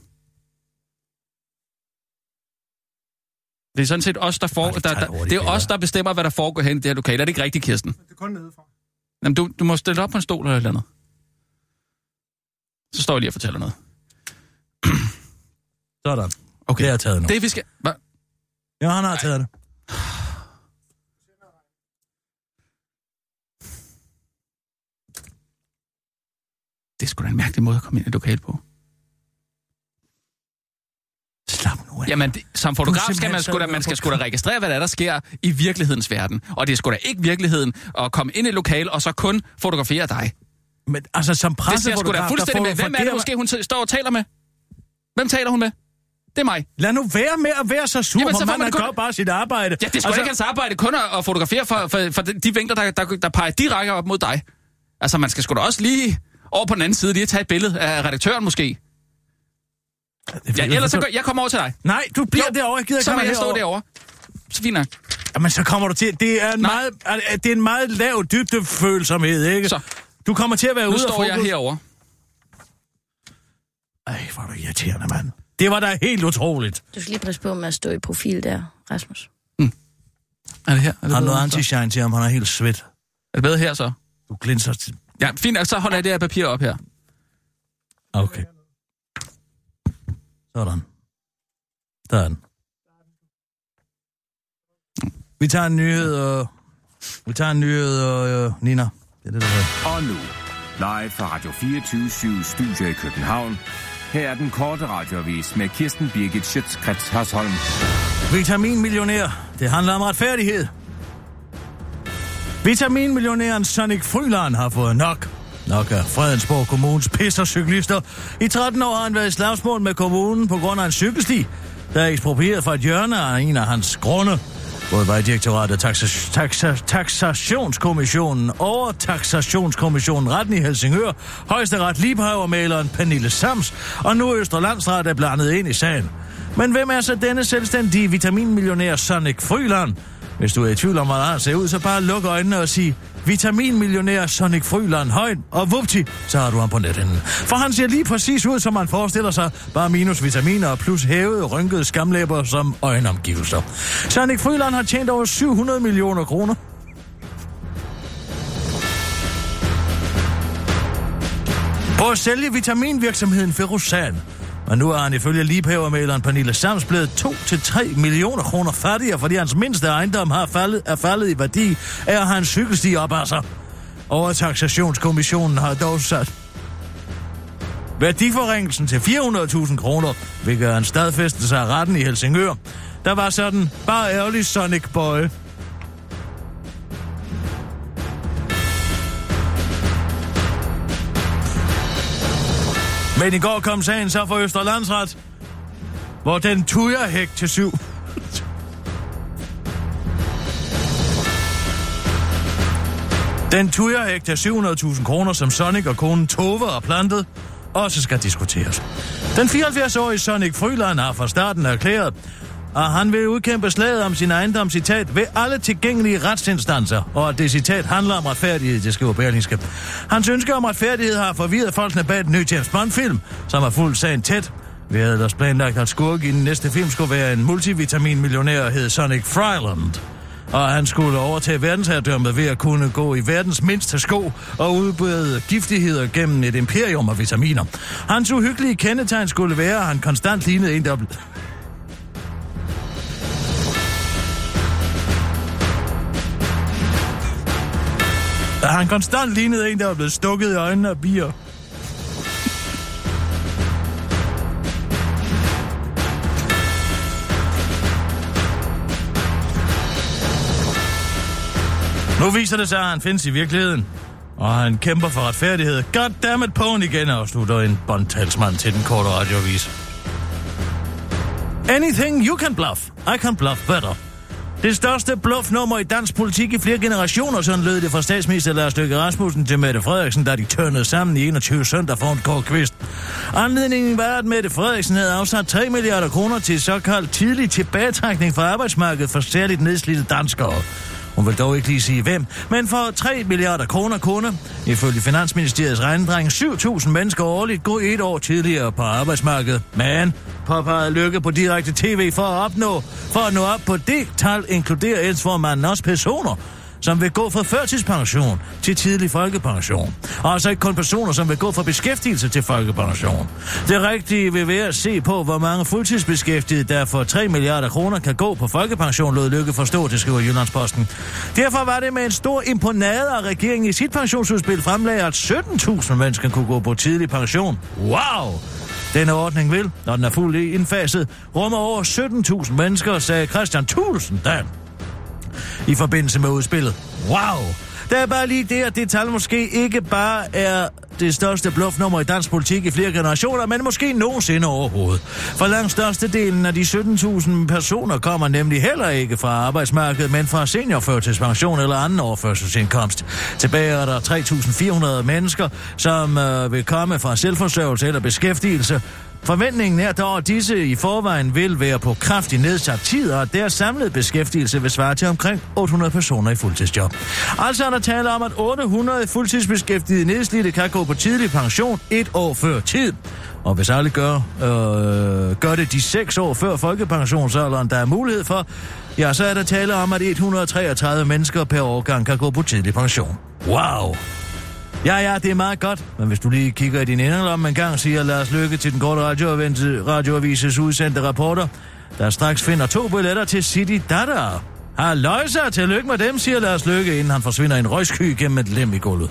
Det er sådan set os, der får... Der, der, det er os, der bestemmer, hvad der foregår hen i det her lokale. Er det ikke rigtigt, Kirsten?
Det er kun nedefra.
Jamen, du, du må stille op på en stol eller et eller andet. Så står jeg lige og fortæller noget.
Sådan. Okay. Det har jeg taget nu.
Det vi skal... Hva?
Ja, han har taget det.
Det er sgu da en mærkelig måde at komme ind i et lokale på.
Slap nu af.
Jamen, det, som fotograf skal man sgu da, man skal sgu da registrere, hvad der, er, der sker i virkelighedens verden. Og det er sgu da ikke virkeligheden at komme ind i et lokale og så kun fotografere dig.
Men altså, som pressefotograf...
Det ser sgu da fuldstændig med. Hvem er det måske, hun står og taler med? Hvem taler hun med? Det er mig.
Lad nu være med at være så sur. Jamen, så man, man kun... gør bare sit arbejde.
Ja, det er sgu altså... ikke hans arbejde kun at fotografere for, for, for de vinkler, der, der, der peger direkte op mod dig. Altså, man skal sgu da også lige over på den anden side lige tage et billede af redaktøren måske. Ja, ellers så gør, jeg kommer over til dig.
Nej, du bliver jo, derovre. Jeg gider
så må jeg stå
herovre.
derovre. Så fint nok.
Jamen, så kommer du til... Det er en, meget, det er en meget lav dybdefølsomhed, ikke? Så. Du kommer til at være
nu
ude af
fokus. Nu står jeg herovre.
Ej, hvor er du irriterende, mand. Det var da helt utroligt.
Du skal lige presse på med at stå i profil der, Rasmus.
Mm. Er det her? Er det
han har noget anti-shine til ham, han er helt svedt.
Er det bedre her så?
Du glinser til...
Ja, fint, så holder jeg det her papir op her.
Okay. Sådan. Der er den. Vi tager en nyhed, og... Vi tager en nyhed, og... Uh, Nina, det er det, der er.
Og nu, live fra Radio fireogtyve syv Studio i København. Her er den korte radioavis med Kirsten Birgit Schøtz-Krets Hørsholm.
Vitaminmillionær. Det handler om retfærdighed. Vitaminmillionæren Sonic Fryland har fået nok. Nok af Fredensborg Kommunes pissercyklister. I tretten år har han været i slagsmål med kommunen på grund af en cykelsti, der er eksproprieret fra et hjørne af en af hans grunde. Både Vejdirektoratet, taxa- taxa- Taxationskommissionen, Overtaxationskommissionen, Retten i Helsingør, Højesteret, liebhavermaleren Pernille Sams, og nu Østre Landsret er blandet ind i sagen. Men hvem er så denne selvstændige vitaminmillionær Sonic Fryland? Hvis du er i tvivl om, hvordan han ser ud, så bare luk øjnene og sig vitaminmillionær Sonic Fryland højt, og vupti, så har du ham på nethinden. For han ser lige præcis ud, som man forestiller sig, bare minus vitaminer og plus hævede, rynkede skamlæber som øjenomgivelser. Sonic Fryland har tjent over syv hundrede millioner kroner. På at sælge vitaminvirksomheden Ferrosan. Og nu er han ifølge liebhavermaleren Pernille Sams blevet to til tre millioner kroner fattigere, fordi hans mindste ejendom har faldet, er faldet i værdi af at have en cykelsti op af sig. Overtaxationskommissionen har dog sat værdiforringelsen til fire hundrede tusind kroner, hvilket er en stadfæstelse af retten i Helsingør. Der var sådan bare ærgerlig Sonic Boy. Men i går kom sagen så for Østre Landsret, hvor den tujerhæk til syv. Den tujerhæk til syv hundrede tusind kroner, som Sonic og konen Tove har plantet, også skal diskuteres. Den fireoghalvfjerds-årige Sonic Fryland har fra starten erklæret, og han vil udkæmpe slaget om sin ejendom, citat, ved alle tilgængelige retsinstanser, og at det citat handler om retfærdighed, det skriver Berlingske. Hans ønske om retfærdighed har forvirret folkene bag den nye James Bond-film, som har fulgt sagen tæt. Vi havde ellers planlagt, at skurk i den næste film skulle være en multivitaminmillionær, hed Sonic Fryland. Og han skulle overtage verdensherredømmet ved at kunne gå i verdens mindste sko og udbrede giftigheder gennem et imperium af vitaminer. Hans uhyggelige kendetegn skulle være, at han konstant lignede en, der Da han konstant lignede en, der var blevet stukket i øjnene af bier. Nu viser det sig, at han findes i virkeligheden. Og han kæmper for retfærdighed. Goddammit på'n igen, afslutter en båndtalsmand til den korte radioavis. Anything you can bluff, I can bluff better. Det største bluffnummer i dansk politik i flere generationer, sådan lød det fra statsminister Lars Løkke Rasmussen til Mette Frederiksen, da de tørnede sammen i enogtyve søndag foran Kåre Kvist. Anledningen var, at Mette Frederiksen havde afsat tre milliarder kroner til såkaldt tidlig tilbagetrækning fra arbejdsmarkedet for særligt nedslidte danskere. Hun vil dog ikke lige sige hvem, men for tre milliarder kroner kunne, ifølge Finansministeriets regnedreng, syv tusind mennesker årligt gå et år tidligere på arbejdsmarkedet. Men påpegede Løkke på direkte tv for at opnå, for at nå op på det tal, inkluderer ensformanden også personer, som vil gå fra førtidspension til tidlig folkepension. Og altså ikke kun personer, som vil gå fra beskæftigelse til folkepension. Det rigtige vil være at se på, hvor mange fuldtidsbeskæftigede, der for tre milliarder kroner kan gå på folkepension, lod Løkke forstå, det skriver Jyllandsposten. Derfor var det med en stor imponade, at regeringen i sit pensionsudspil fremlagde, at sytten tusind mennesker kunne gå på tidlig pension. Wow! Denne ordning vil, når den er fuldt indfaset, rumme over sytten tusind mennesker, sagde Christian Thulesen Dahl i forbindelse med udspillet. Wow! Der er bare lige det, at det tal måske ikke bare er det største bluffnummer i dansk politik i flere generationer, men måske nogensinde overhovedet. For langt størstedelen af de sytten tusind personer kommer nemlig heller ikke fra arbejdsmarkedet, men fra seniorførtidspension eller anden overførselsindkomst. Tilbage er der tre tusind fire hundrede mennesker, som øh, vil komme fra selvforsørgelse eller beskæftigelse. Forventningen er dog, at disse i forvejen vil være på kraftig nedsat tid, og deres samlede beskæftigelse vil svare til omkring otte hundrede personer i fuldtidsjob. Altså er der tale om, at otte hundrede fuldtidsbeskæftigede nedslidte kan gå på tidlig pension et år før tid. Og hvis alle gør, øh, gør det de seks år før folkepensionsalderen, der er mulighed for, ja, så er der tale om, at et hundrede og treogtredive mennesker per årgang kan gå på tidlig pension. Wow! Ja, ja, det er meget godt, men hvis du lige kigger i din inderlomme en gang, siger Lars Løkke til den korte radioavises udsendte rapporter, der straks finder to billetter til City Dada. Halløjsa, tillykke med dem, siger Lars Løkke, inden han forsvinder i en røgsky gennem et lem i gulvet.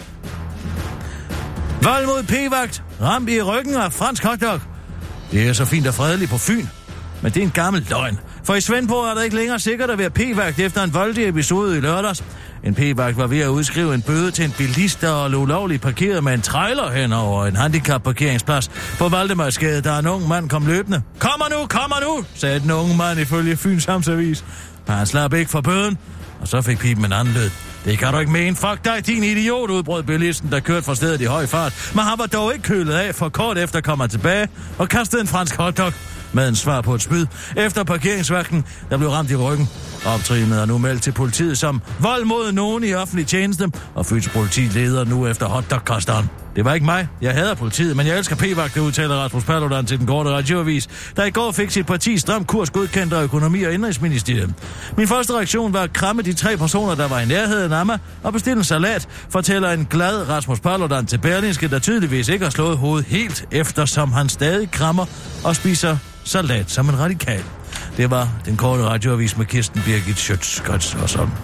Vold mod p-vagt, ramt i ryggen af fransk hotdog. Det er så fint og fredeligt på Fyn, men det er en gammel løgn. For i Svendborg er der ikke længere sikkert at være p-vagt efter en voldig episode i lørdags. En p-vagt var ved at udskrive en bøde til en bilist, der var ulovligt parkeret med en trailer hen over en handicapparkeringsplads på Valdemarsgade, da en ung mand kom løbende. Kommer nu, kommer nu, sagde den unge mand ifølge Fyns Amtsavis. Men han slap ikke for bøden, og så fik pipen en anden lyd. Det kan du ikke mene. Fuck dig, din idiot, udbrød bilisten, der kørte fra stedet i høj fart. Men han var dog ikke kølet af, for kort efter kom han tilbage og kastede en fransk hotdog med en svar på et spyd. Efter parkeringsvagten, der blev ramt i ryggen. Optrinet er nu meldt til politiet som vold mod nogen i offentlig tjeneste, og Fyns politi leder nu efter hotdog-kosteren. Det var ikke mig. Jeg hader politiet, men jeg elsker p-vagt, det udtaler Rasmus Paludan til den korte radioavis, der i går fik sit parti stram kurs godkendt af økonomi- og indrigsministeriet. Min første reaktion var at kramme de tre personer, der var i nærheden af mig, og bestille en salat, fortæller en glad Rasmus Paludan til Berlingske, der tydeligvis ikke har slået hovedet helt, eftersom han stadig krammer og spiser salat som en radikal. Det var den korte radioavis med Kirsten Birgit Schøtz-Krets og sådan.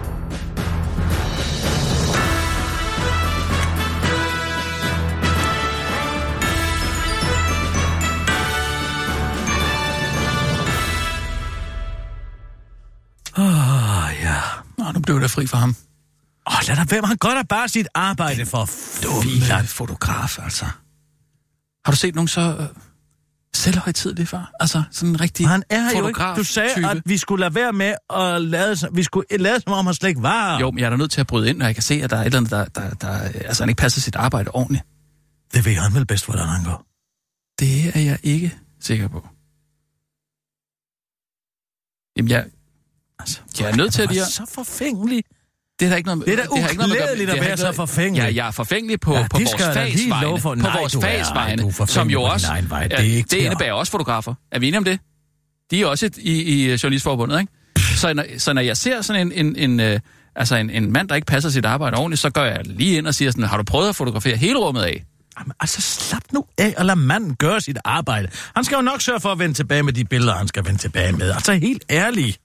Åh, oh, ja.
Nå, nu blev det fri for ham.
Åh, oh, lad da være, han gør da bare sit arbejde for
Dumme fotograf, altså. Har du set nogen så øh, selvhøjtidlige far? Altså, sådan en rigtig
han er jo ikke.
fotograf.
Du sagde,
type.
at vi skulle lade være med at lade, vi skulle lade som om han slet ikke var.
Jo, men jeg er da nødt til at bryde ind, når jeg kan se, at der er et eller andet, der, der, der altså, han ikke passer sit arbejde ordentligt.
Det ved han vel bedst, hvordan han går.
Det er jeg ikke sikker på. Jamen, jeg, altså, jeg er nødt til at lige...
så forfængelig.
Det er da ikke noget...
Det er da uklædeligt at være så forfængelig.
Ja, jeg er forfængelig på,
ja,
på vores fagsvejene.
For.
På
Nej,
vores
du
fagsvejene,
er,
som jo også...
Nej, vej, det,
ja,
er ikke
det indebærer også fotografer. Er vi enige om det? De er også et, i, i Journalistforbundet, ikke? Så når, så når jeg ser sådan en, en, en, uh, altså en, en mand, der ikke passer sit arbejde ordentligt, så går jeg lige ind og siger sådan, har du prøvet at fotografere hele rummet af?
Jamen, altså, slap nu af og lad manden gøre sit arbejde. Han skal jo nok sørge for at vende tilbage med de billeder, han skal vende tilbage med. Altså, helt ærligt.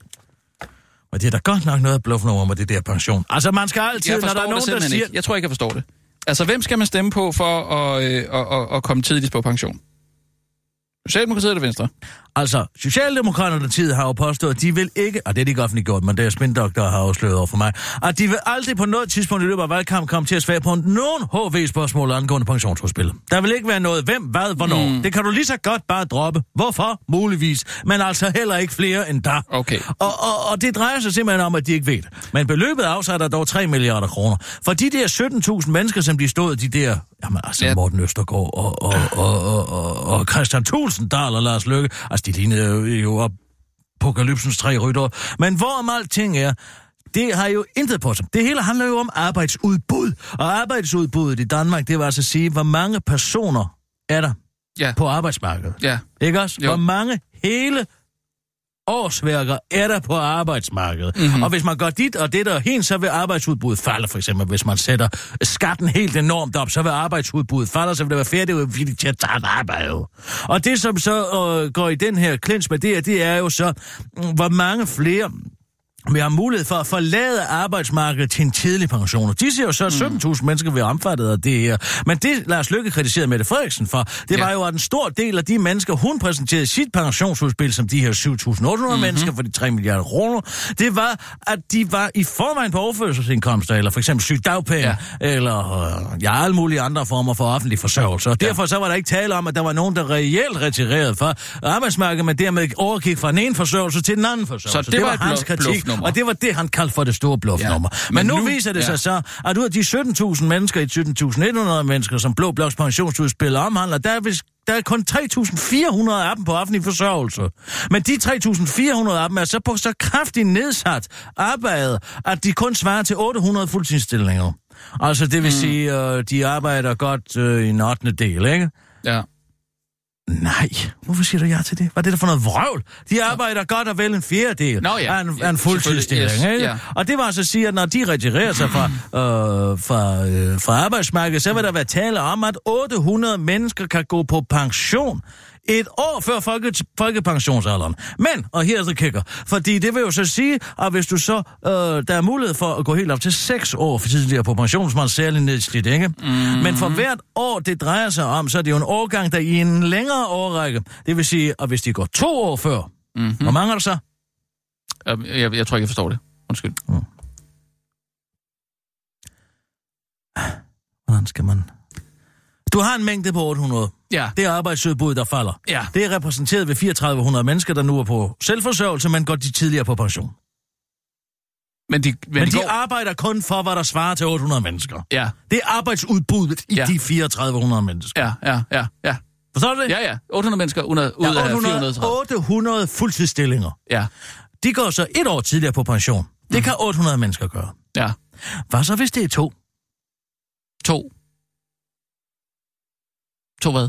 Og det er da godt nok noget bluffnummer med det der pension. Altså, man skal altid, når der er nogen, der siger...
Ikke. Jeg tror ikke, jeg forstår det. Altså, hvem skal man stemme på for at, øh, at, at, at komme tidligt på pension? Socialdemokratiet eller Venstre?
Altså, Socialdemokraterne tid har jo påstået, at de vil ikke, og det er de ikke offentliggjort, men det er spindoktor har afsløret over for mig, at de vil aldrig på noget tidspunkt i løbet af valgkampen komme til at svare på nogen H V-spørgsmål angående pensionsudspil. Der vil ikke være noget hvem, hvad, hvornår. Mm. Det kan du lige så godt bare droppe. Hvorfor? Muligvis. Men altså heller ikke flere end der.
Okay.
Og, og, og det drejer sig simpelthen om, at de ikke ved det. Men beløbet afsætter dog tre milliarder kroner. For de der sytten tusind mennesker, som de stod, de der, jamen altså ja. Morten Østergaard og, og, og, og, og, og Christian Tulsendal og Lars Løkke, altså de lignede jo, jo apokalypsens tre ryttere. Men hvorom alting er, det har jo intet på sig. Det hele handler jo om arbejdsudbud. Og arbejdsudbuddet i Danmark, det vil altså sige, hvor mange personer er der
ja.
på arbejdsmarkedet.
Ja.
Ikke også?
Jo.
Hvor mange hele årsværker er der på arbejdsmarkedet. Mm-hmm. Og hvis man går dit og det der hen, så vil arbejdsudbuddet falde, for eksempel. Hvis man sætter skatten helt enormt op, så vil arbejdsudbuddet falde, så vil det være færdigt, at vi til at tage et arbejde. Og det, som så øh, går i den her klins med det, det er jo så, hvor mange flere vi har mulighed for at forlade arbejdsmarkedet til en tidlig pension. De siger jo så, at sytten tusind mm. mennesker vil omfattet af det her. Men det Lars Løkke kritiserede Mette Frederiksen for, det ja. var jo, at en stor del af de mennesker, hun præsenterede sit pensionsudspil som de her syv tusind otte hundrede mm-hmm. mennesker for de tre milliarder kroner, det var, at de var i forvejen på overførselsindkomster, eller for eksempel sygdagpenge, ja. eller øh, ja, alle mulige andre former for offentlig forsørgelse. Og derfor så var der ikke tale om, at der var nogen, der reelt retirerede fra arbejdsmarkedet, men dermed overgik fra den ene forsørgelse til den anden forsørgelse.
Så det,
det var,
var
hans kritik. Og det var det, han kaldte for det store bluffnummer. Ja. Men, Men nu, nu viser det ja. sig så, at ud af de sytten tusind mennesker i sytten tusind et hundrede mennesker, som Blå Bloks pensionsudspil omhandler, der er, vist, der er kun tre tusind fire hundrede af dem på offentlig forsørgelse. Men de tre tusind fire hundrede af dem er så på så kraftigt nedsat arbejde, at de kun svarer til otte hundrede fuldtidsstillinger. Altså det vil mm. sige, at uh, de arbejder godt uh, i en ottende del, ikke?
Ja.
Nej, hvorfor siger du ja til det? Hvad er det der for noget vrøvl? De arbejder ja. godt og vel en fjerdedel
Nå, ja.
af en, ja, en fuldtidsstilling,
yes.
ikke?
Ja.
Og det var altså at sige, at når de retirerer sig fra, øh, fra, øh, fra arbejdsmarkedet, så vil der være tale om, at otte hundrede mennesker kan gå på pension et år før folke, folkepensionsalderen. Men, og her er det kicker, fordi det vil jo så sige, at hvis du så, øh, der er mulighed for at gå helt op til seks år for tidligere på pension, som man er særlig nedslidt, ikke? Mm-hmm. Men for hvert år, det drejer sig om, så er det jo en årgang, der i en længere årrække. Det vil sige, at hvis de går to år før, mm-hmm. hvor mange er der så?
Jeg, jeg, jeg tror ikke, jeg forstår det. Undskyld. Mm.
Hvordan skal man... Du har en mængde på otte hundrede.
Ja.
Det er arbejdsudbud, der falder.
Ja.
Det er repræsenteret ved tre tusind fire hundrede mennesker, der nu er på selvforsørgelse, men går de tidligere på pension.
Men de, men
Men
de,
de
går...
arbejder kun for, hvad der svarer til otte hundrede mennesker.
Ja.
Det er arbejdsudbuddet i
Ja.
de fireogtredive hundrede mennesker.
Ja, ja, ja, ja.
Forstår du det?
Ja, ja. otte hundrede mennesker ud af, ud
Ja,
af
otte
fire
hundrede,
hundrede og tredive.
otte hundrede fuldtidsstillinger.
Ja,
De går så et år tidligere på pension. Det
Mm.
kan otte hundrede mennesker gøre.
ja.
Hvad så, hvis det er to?
To. To hvad?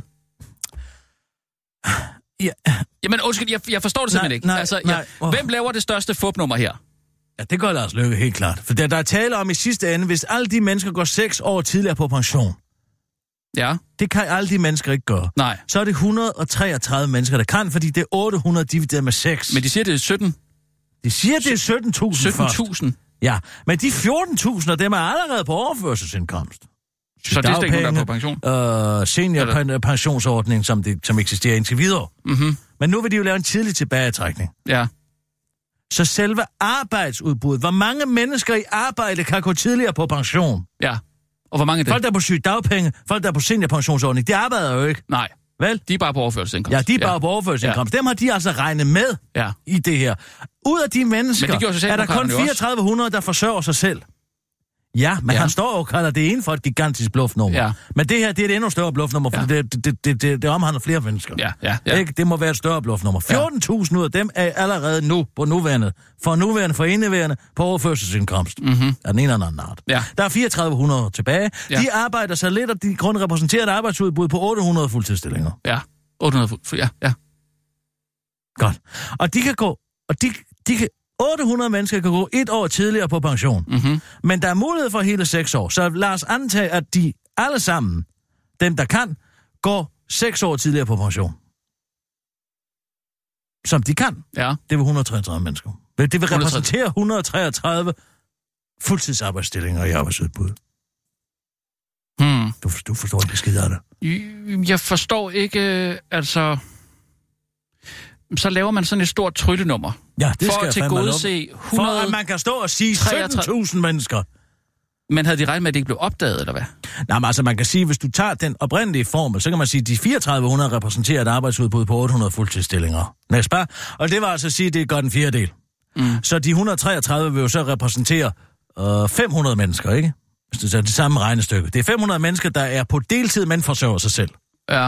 Ja,
Jamen, undskyld, jeg, jeg forstår det simpelthen
Nej,
ikke.
nej,
altså,
nej.
jeg,
Åh.
hvem laver det største fupnummer her?
ja det gør Lars Løkke helt klart. For der, der er tale om i sidste ende, hvis alle de mennesker går seks år tidligere på pension,
Ja,
det kan alle de mennesker ikke gøre.
nej.
Så er det et hundrede og treogtredive mennesker, der kan, fordi det er otte hundrede divideret med seks.
Men de siger, det er sytten.
de siger, det er sytten tusind
sytten
først.
tusind.
Ja, men de fjorten tusind af dem er allerede på overførselsindkomst.
Så det er slet ikke nogen, der er på pension?
Øh, seniorpensionsordning, som, det, som eksisterer indtil videre.
Mhm.
Men nu vil de jo lave en tidlig tilbagetrækning.
Ja.
Så selve arbejdsudbuddet, hvor mange mennesker i arbejde kan gå tidligere på pension?
Ja. Og hvor mange er det?
Folk, der er på sygedagpenge, folk, der er på seniorpensionsordning, de arbejder jo ikke.
Nej.
Vel?
De er bare på overførselsindkomst.
Ja, de er bare på overførselsindkomst. Dem har de altså regnet med
Ja.
i det her. Ud af de mennesker
Men det gjorde
er der kun
Socialdemokraterne jo også.
fireogtredive hundrede, der forsørger sig selv. Ja, men
Ja.
ja. han står og kalder det en for et gigantisk bluffnummer.
Ja.
Men det her, det er et endnu større bluffnummer, for
Ja.
ja. det, det, det, det, det omhandler flere mennesker.
Ja, ja, ja.
Ikke? Det må være et større bluffnummer. fjorten tusind ud af dem er allerede nu på nuværende, for nuværende, for indeværende, på overførselsindkomst.
Mhm.
Af den ene eller anden art.
Ja.
Der er fireogtredive hundrede tilbage.
Ja.
Ja. De arbejder så lidt, og de grund repræsenterer et arbejdsudbud på otte hundrede fuldtidsstillinger.
Ja. otte hundrede fuld. Ja, ja.
Godt. Og de kan gå, og de, de kan, otte hundrede mennesker kan gå et år tidligere på pension.
Mhm.
Men der er mulighed for hele seks år. Så lad os antage, at de alle sammen, dem der kan, går seks år tidligere på pension. Som de kan.
Ja.
Det vil et hundrede og treogtredive mennesker. Det vil
et hundrede og treogtredive.
repræsentere et hundrede og treogtredive fuldtidsarbejdsstillinger i arbejdsudbuddet.
Hmm.
Du, du forstår ikke skid af det.
Jeg forstår ikke, øh, altså... Så laver man sådan et stort tryllenummer.
Ja, det
for
skal
at
jeg fandme
tilgodese
love.
hundrede...
For at man kan stå og sige sytten tusind mennesker.
Men havde de regnet med, at det ikke blev opdaget, eller hvad?
Nej, men altså man kan sige, hvis du tager den oprindelige formel, så kan man sige, at de fireogtredive hundrede repræsenterer et arbejdsudbud på otte hundrede fuldtidsstillinger. Næste. Og det var altså at sige, at det er godt en fjerdedel.
Mm.
Så de et hundrede og treogtredive vil jo så repræsentere øh, fem hundrede mennesker, ikke? Hvis det er det samme regnestykke. Det er fem hundrede mennesker, der er på deltid, men forsørger sig selv.
Ja.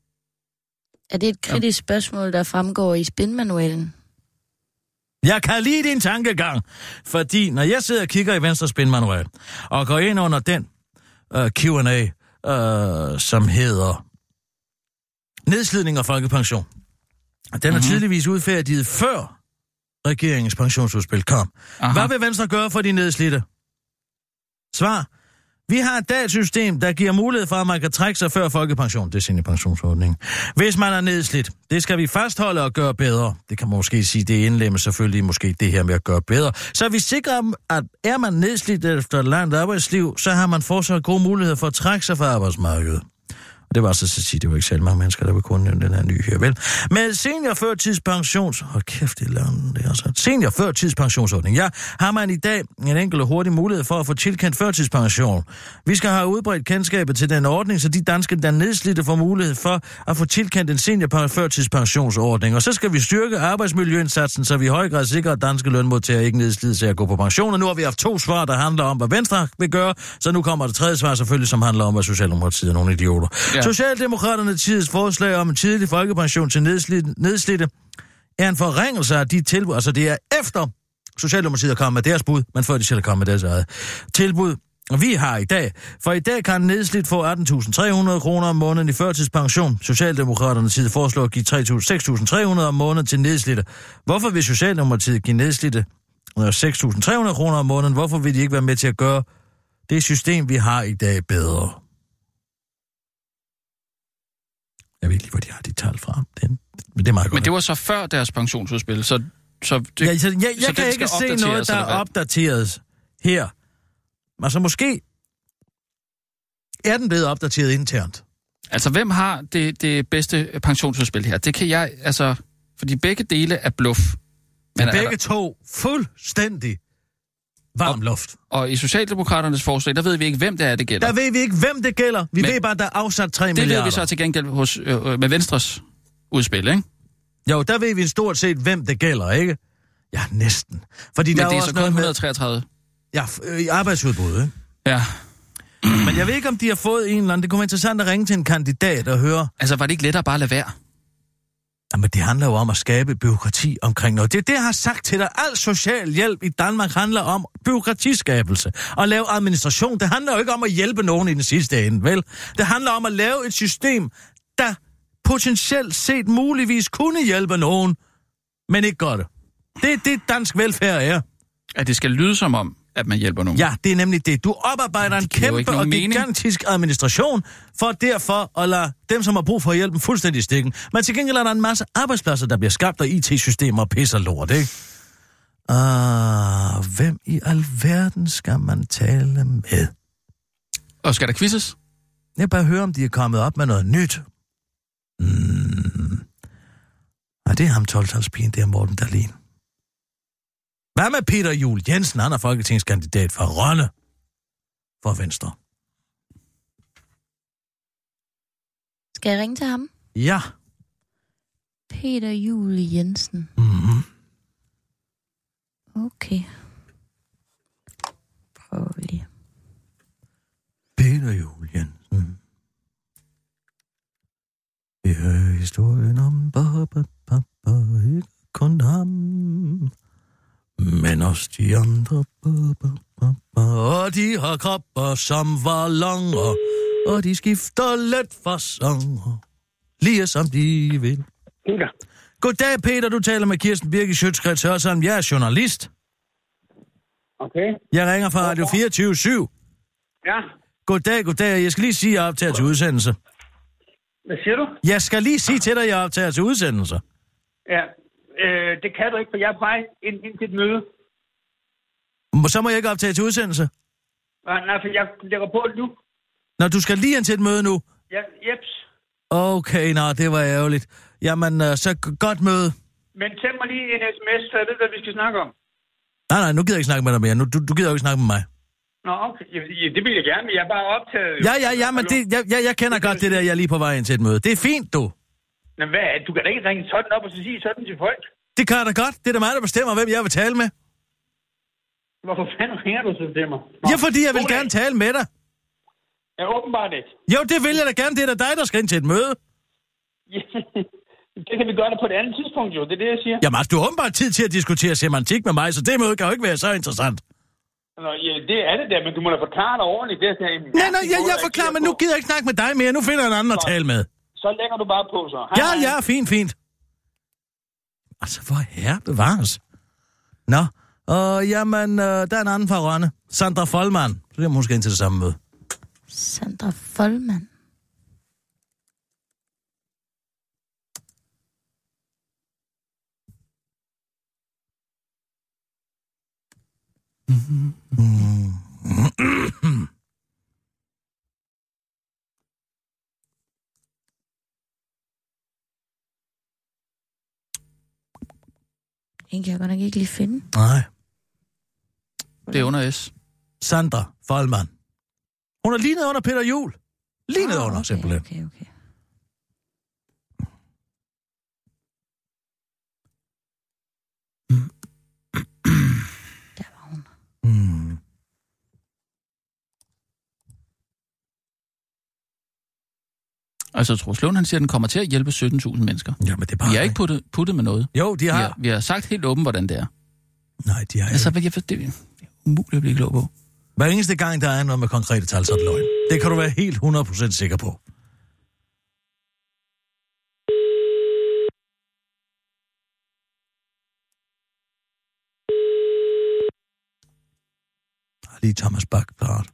Er det et kritisk spørgsmål, der fremgår i spinmanualen?
Jeg kan lide din tankegang, fordi når jeg sidder og kigger i Venstre Spinmanual, og går ind under den uh, Q and A, uh, som hedder Nedslidning og Folkepension. Den er
Mhm.
tydeligvis udfærdiget før regeringens pensionsudspil kom.
Aha.
Hvad vil Venstre gøre for de nedslidte? Svar. Vi har et datasystem, der giver mulighed for, at man kan trække sig før folkepension. Det er seniorpensionsordningen. Hvis man er nedslidt, det skal vi fastholde og gøre bedre. Det kan man måske sige, det indlemmer selvfølgelig måske det her med at gøre bedre. Så vi sikrer, at er man nedslidt efter et langt arbejdsliv, så har man fortsat gode muligheder for at trække sig fra arbejdsmarkedet. Og det var så at sige, det var ikke særlig mange mennesker, der vil kunne nævne den her nye her, vel? Med seniorførtidspensions... Hold kæft, det er langt, det er altså. Seniorførtidspensionsordning. Ja, har man i dag en enkelt og hurtig mulighed for at få tilkendt førtidspension. Vi skal have udbredt kendskabet til den ordning, så de danske, der nedslidte, får mulighed for at få tilkendt en seniorførtidspensionsordning. Og så skal vi styrke arbejdsmiljøindsatsen, så vi i høj grad sikrer, at danske lønmodtagere ikke nedslides til at gå på pension. Og nu har vi haft to svar, der handler om, hvad Venstre vil gøre. Så nu kommer det tredje svar selvfølgelig, som handler om, hvad Socialdemokratiet er nogle idioter. Ja. Socialdemokraterne tids forslag om en tidlig folkepension til nedslidte, nedslidte er en forringelse af de tilbud. Altså det er efter Socialdemokratiet er kommet med deres bud, men før de selv er kommet med deres eget tilbud. Og vi har i dag. For i dag kan en nedslidt få atten tusind tre hundrede kroner om måneden i førtidspension. Socialdemokraterne tid foreslår at give seks tusind tre hundrede om måneden til nedslidte. Hvorfor vil Socialdemokratiet give nedslidte seks tusind tre hundrede kroner om måneden? Hvorfor vil de ikke være med til at gøre det system, vi har i dag, bedre? Jeg ved ikke lige, hvor de har de tal fra. Det, det er meget godt.
Men det var så før deres pensionsudspil, så... så det,
ja, så jeg jeg
så
kan ikke se noget,
opdateres,
der er
eller hvad?
opdateret her. Altså måske er den blevet opdateret internt.
Altså, hvem har det, det bedste pensionsudspil her? Det kan jeg, altså... Fordi begge dele er bluff.
Men
er
begge
der,
to fuldstændig varm
og,
luft.
Og i Socialdemokraternes forslag, der ved vi ikke, hvem det er, det gælder.
Der ved vi ikke, hvem det gælder. Vi
Men,
ved bare, at der er afsat tre
det
milliarder.
ved vi så til gengæld hos, øh, med Venstres udspil, ikke?
Jo, der ved vi stort set, hvem det gælder, ikke? Ja, næsten. Fordi
Men
der
det er
også
så kun et hundrede og treogtredive.
Ja, i arbejdsudbud, ikke?
Ja.
Men jeg ved ikke, om de har fået en eller anden... Det kunne være interessant at ringe til en kandidat og høre...
Altså, var det ikke lettere bare at lade være?
Jamen, det handler jo om at skabe byråkrati omkring noget. Det er det, jeg har sagt til dig. Al social hjælp i Danmark handler om byråkratiskabelse. Og lave administration. Det handler jo ikke om at hjælpe nogen i den sidste ende, vel? Det handler om at lave et system, der potentielt set muligvis kunne hjælpe nogen, men ikke gør det. Det er det, dansk velfærd er.
At det skal lyde som om, at man hjælper nogen.
Ja, det er nemlig det. Du oparbejder en kæmpe og gigantisk administration, for derfor at lade dem, som har brug for hjælpen, fuldstændig i stikken. Men til gengæld er der en masse arbejdspladser, der bliver skabt af I T-systemer og pis og lort, ikke? Ah, hvem i alverden skal man tale med?
Og skal der quizzes?
Jeg bare høre, om de er kommet op med noget nyt. Mm. Ah, det er ham tolv-talspigen, det er Morten Dahlin. Hvad med Peter Juel Jensen? Han er folketingskandidat for Rønne. For Venstre.
Skal jeg ringe til ham?
Ja.
Peter Juel Jensen.
Mm-hmm.
Okay. Prøv lige.
Peter Juel Jensen. Vi hører historien om Baba, Baba, ikke kun ham. Men også de andre, og de har kropper, som var langer, og de skifter let fasonger, lige som de vil.
Peter.
Goddag, Peter. Du taler med Kirsten Birgit Schøtz-Krets Hørsholm. Jeg er journalist.
Okay.
Jeg ringer fra Radio fireogtyve syv.
Ja.
Goddag, goddag. Jeg skal lige sige, at jeg optager til udsendelse.
Hvad siger du?
Jeg skal lige sige til dig, at jeg optager til udsendelse.
Ja. Øh, det kan du ikke, for jeg er på vej ind, ind til et møde.
Så må jeg ikke optage til udsendelse?
Nej, nej, for jeg lægger på det nu.
Nå, du skal lige ind til et møde nu?
Ja, jeps.
Okay, nå, det var ærgerligt. Jamen, så godt møde.
Men send mig lige en sms, så jeg ved, hvad vi skal snakke om.
Nej, nej, nu gider jeg ikke snakke med dig mere. Nu, du, du gider jo ikke snakke med mig.
Nå, okay. Ja, det vil jeg gerne, men jeg er bare optaget.
Ja, ja, ja, men det, jeg, jeg, jeg kender godt det der, jeg er lige på vej ind til et møde. Det er fint, du.
Men hvad? Du kan da ikke ringe sådan op og så sige sådan til folk.
Det kan jeg da godt. Det er da mig, der bestemmer, hvem jeg vil tale med.
Hvorfor fanden ringer du så til mig? Nå.
Ja, fordi jeg vil gerne tale med dig.
Ja, åbenbart ikke.
Jo, det vil jeg da gerne. Det er da dig, der skal ind til et møde.
Det kan vi gøre det på et andet tidspunkt, jo. Det er det, jeg siger.
Jamen, altså, du har åbenbart tid til at diskutere semantik med mig, så det møde kan jo ikke være så interessant.
Nå, ja, det er det der, men du må da forklare dig ordentligt. Det er der,
nej, nej, jeg, jeg forklarer, men nu gider jeg ikke snakke med dig mere. Nu finder jeg en anden så, at tale med.
Så lægger du bare på, så. Hej,
ja,
hej.
ja, fint, fint. Altså, hvor herre bevares. Nå, og jamen, øh, der er en anden fra Rønne. Sandra Folman. Så det er måske ind til det samme møde.
Sandra Folman.
Mm-hmm. Mm-hmm.
En kan jeg godt nok ikke lige finde.
Nej.
Det er under S.
Sandra Folman. Hun er lige nede under Peter Juel. Lige nede
ah,
under,
okay,
simpelthen.
Okay, okay. Der var hun.
Mm.
Altså, Troels Lund, han siger, at den kommer til at hjælpe sytten tusind mennesker.
Ja, men det er bare...
Vi har ikke puttet, puttet med noget.
Jo, de har.
Vi har, vi har sagt helt åbent, hvordan det er.
Nej, de har
altså,
ikke.
Jeg, det er umuligt at blive klog på.
Hver eneste gang, der er noget med konkrete tal, så er det løgn. Det kan du være helt hundrede procent sikker på. Lige Thomas Bak, klart.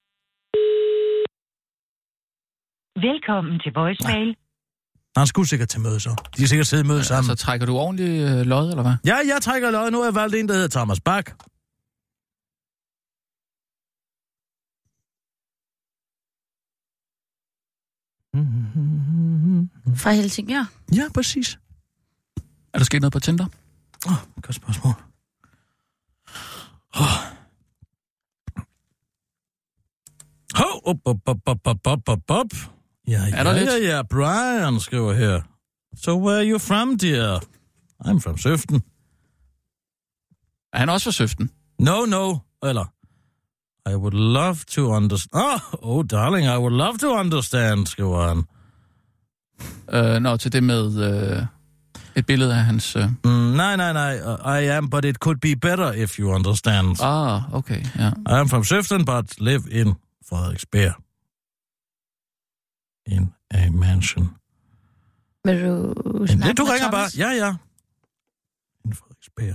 Velkommen til voicemail.
Han skulle sikkert til møde, så. De har sikkert siddet i møde sammen.
Så altså, trækker du ordentligt øh, lod, eller hvad?
Ja, jeg trækker lod. Nu har jeg valgt en, der hedder Thomas Bak.
Fra Helsingør?
Ja, præcis.
Er der sket noget på Tinder?
Åh, oh, godt spørgsmål. Åh. Oh. Hov, op, op, op, op, op, op, op, op. Ja,
er der
ja,
lidt?
ja, ja, Brian skriver her. So where are you from, dear? I'm from Søften.
Er han også for søften?
No, no. Eller, I would love to understand. Oh, oh, darling, I would love to understand, skriver han.
Øh, nå, til det med øh, et billede af hans... Øh...
Mm, nej, nej, nej. I am, but it could be better if you understand.
Ah, okay, ja.
I am from Søften, but live in Frederiksberg. In a mansion.
Vil du snakke
det, du
med
ringer
Thomas?
bare. Ja, ja. In Frederiksberg.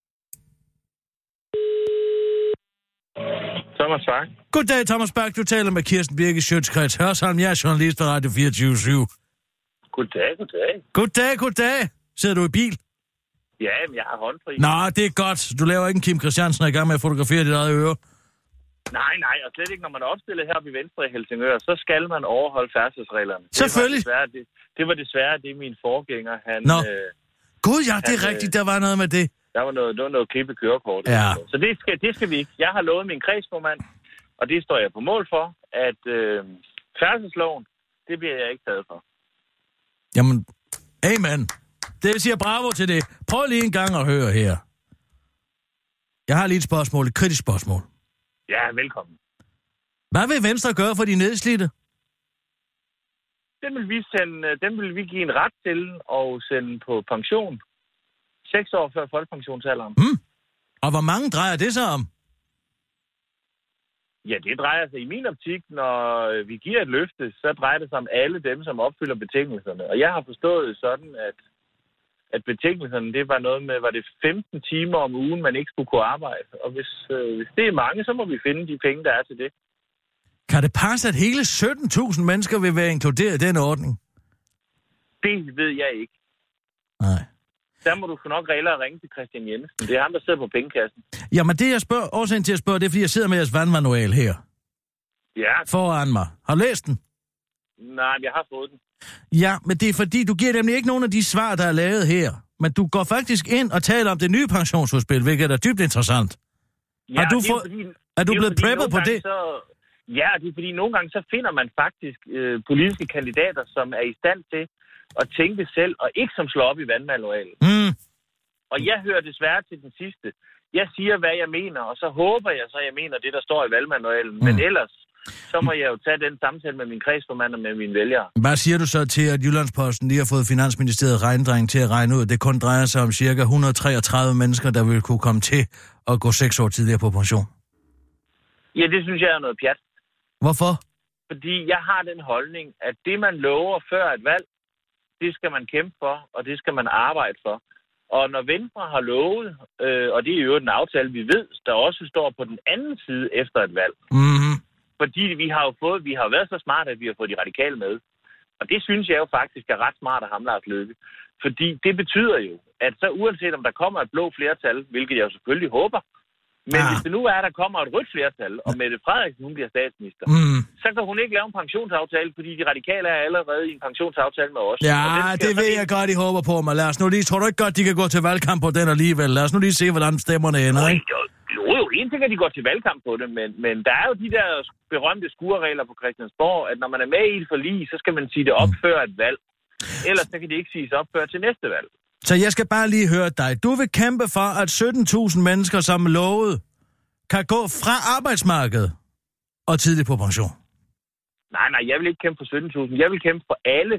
Thomas Bak.
Goddag, Thomas Bak. Du taler med Kirsten Birgit Schøtz-Krets Hørsholm. Jeg er journalist på Radio fireogtyve syv.
Goddag, goddag.
Goddag, goddag. Sidder du i bil?
Ja, men jeg har håndfri.
Nå, det er godt. Du laver ikke en Kim Christiansen i gang med at fotografere dit eget øre.
Nej, nej, og slet ikke, når man er opstillet her i Venstre i Helsingør, så skal man overholde færdselsreglerne.
Selvfølgelig.
Det var desværre det, det, var desværre det min forgænger, han...
Nå.
Øh,
Gud, ja, det er
han,
rigtigt. Der var noget med det.
Der var noget, der var noget klippe kørekort.
Ja.
Så det skal, det skal vi ikke. Jeg har lovet min kredsformand, og det står jeg på mål for, at øh, færdselsloven, det bliver jeg ikke taget for.
Jamen, amen. Det siger bravo til det. Prøv lige en gang at høre her. Jeg har lige et spørgsmål, et kritisk spørgsmål.
Ja, velkommen.
Hvad vil Venstre gøre for de nedslidte?
Den vil vi, sende, den vil vi give en ret til og sende på pension. Seks år før folkepensionsalderen.
Hmm. Og hvor mange drejer det sig om?
Ja, det drejer sig i min optik, når vi giver et løfte, så drejer det sig om alle dem, som opfylder betingelserne. Og jeg har forstået sådan, at, at betingelserne, det var noget med, var det femten timer om ugen, man ikke skulle kunne arbejde. Og hvis, øh, hvis det er mange, så må vi finde de penge, der er til det.
Kan det passe, at hele sytten tusind mennesker vil være inkluderet i den ordning?
Det ved jeg ikke.
Nej.
Der må du nok regle og ringe til Christian Jensen. Det er ham, der sidder på pengekassen.
Jamen det, jeg spørger, årsagen til at spørge, det er, fordi jeg sidder med jeres vandmanual her.
Ja.
Foran mig. Har du læst den?
Nej, jeg har fået den.
Ja, men det er fordi, du giver nemlig ikke nogen af de svar, der er lavet her. Men du går faktisk ind og taler om det nye pensionsudspil, hvilket er dybt interessant.
Ja,
har du
det er,
fået,
fordi,
er du
det er
blevet preppet på det?
Så, ja, det er fordi nogle gange så finder man faktisk øh, politiske kandidater, som er i stand til at tænke selv, og ikke som slår op i vandmanualen.
Mm.
Og jeg hører desværre til den sidste. Jeg siger, hvad jeg mener, og så håber jeg så, jeg mener det, der står i valgmanualen. Mm. Men ellers, så må jeg jo tage den samtale med min kredsformand og med mine vælgere.
Hvad siger du så til, at Jyllandsposten lige har fået Finansministeriet regnedreng til at regne ud, at det kun drejer sig om cirka et hundrede og treogtredive mennesker, der vil kunne komme til at gå seks år tidligere på pension?
Ja, det synes jeg er noget pjat.
Hvorfor?
Fordi jeg har den holdning, at det, man lover før et valg, det skal man kæmpe for, og det skal man arbejde for. Og når Venstre har lovet, øh, og det er jo en aftale, vi ved, der også står på den anden side efter et valg.
Mm-hmm.
Fordi vi har jo fået, vi har været så smart, at vi har fået de radikale med. Og det synes jeg jo faktisk er ret smart af ham, Lars Løkke. Fordi det betyder jo, at så uanset om der kommer et blå flertal, hvilket jeg jo selvfølgelig håber, men ah. hvis det nu er, at der kommer et rødt flertal, og Mette Frederiksen hun bliver statsminister,
mm.
så kan hun ikke lave en pensionsaftale, fordi de radikale er allerede i en pensionsaftale med os.
Ja, det ved jeg godt, I håber på mig. Lad os nu lige, tror du ikke godt, de kan gå til valgkamp på den alligevel? Lad os nu lige se, hvordan stemmerne ender, ikke?
Jo, jo, jo, en ting er, at de går til valgkamp på det, men, men der er jo de der berømte skureregler på Christiansborg, at når man er med i et forlig, så skal man sige det op mm. før et valg. Ellers så kan det ikke siges op før til næste valg.
Så jeg skal bare lige høre dig. Du vil kæmpe for, at sytten tusind mennesker, som lovet, kan gå fra arbejdsmarkedet og tidligt på pension?
Nej, nej, jeg vil ikke kæmpe for sytten tusind. Jeg vil kæmpe for alle.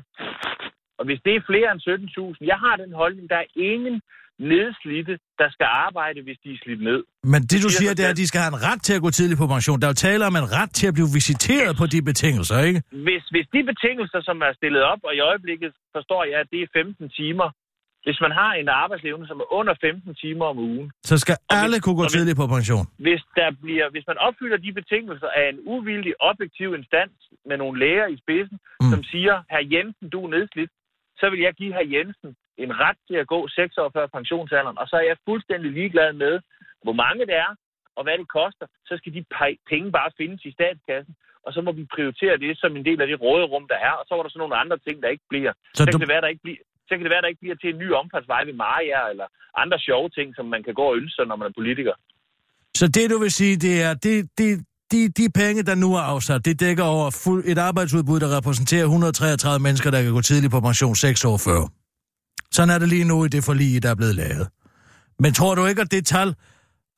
Og hvis det er flere end sytten tusind, jeg har den holdning, der er ingen nedslidte, der skal arbejde, hvis de er slidt ned.
Men det, du siger, det er, at de skal have en ret til at gå tidligt på pension. Der er jo tale om en ret til at blive visiteret på de betingelser, ikke?
Hvis, hvis de betingelser, som er stillet op, og i øjeblikket forstår jeg, at det er femten timer, hvis man har en arbejdslevende, som er under femten timer om ugen...
Så skal alle
hvis,
kunne gå
hvis,
tidligt på pension?
Hvis, der bliver, hvis man opfylder de betingelser af en uvildig, objektiv instans med nogle læger i spidsen, mm. som siger, herr Jensen, du er nedslidt, så vil jeg give herr Jensen en ret til at gå seks år før pensionsalderen, og så er jeg fuldstændig ligeglad med, hvor mange det er, og hvad det koster. Så skal de penge bare findes i statskassen, og så må vi prioritere det som en del af det råderum, der er, og så var der så nogle andre ting, der ikke bliver. Så, så du... kan det være, der ikke bliver... Så kan det være, der ikke bliver til en ny omfartsvej ved Maja, eller andre sjove ting, som man kan gå og ønske sig, når man er politiker.
Så det, du vil sige, det er, det, det, de, de penge, der nu er afsat, det dækker over fuld, et arbejdsudbud, der repræsenterer et hundrede og treogtredive mennesker, der kan gå tidligt på pension seks år før. Sådan er det lige nu i det forlig, der er blevet lavet. Men tror du ikke, at det tal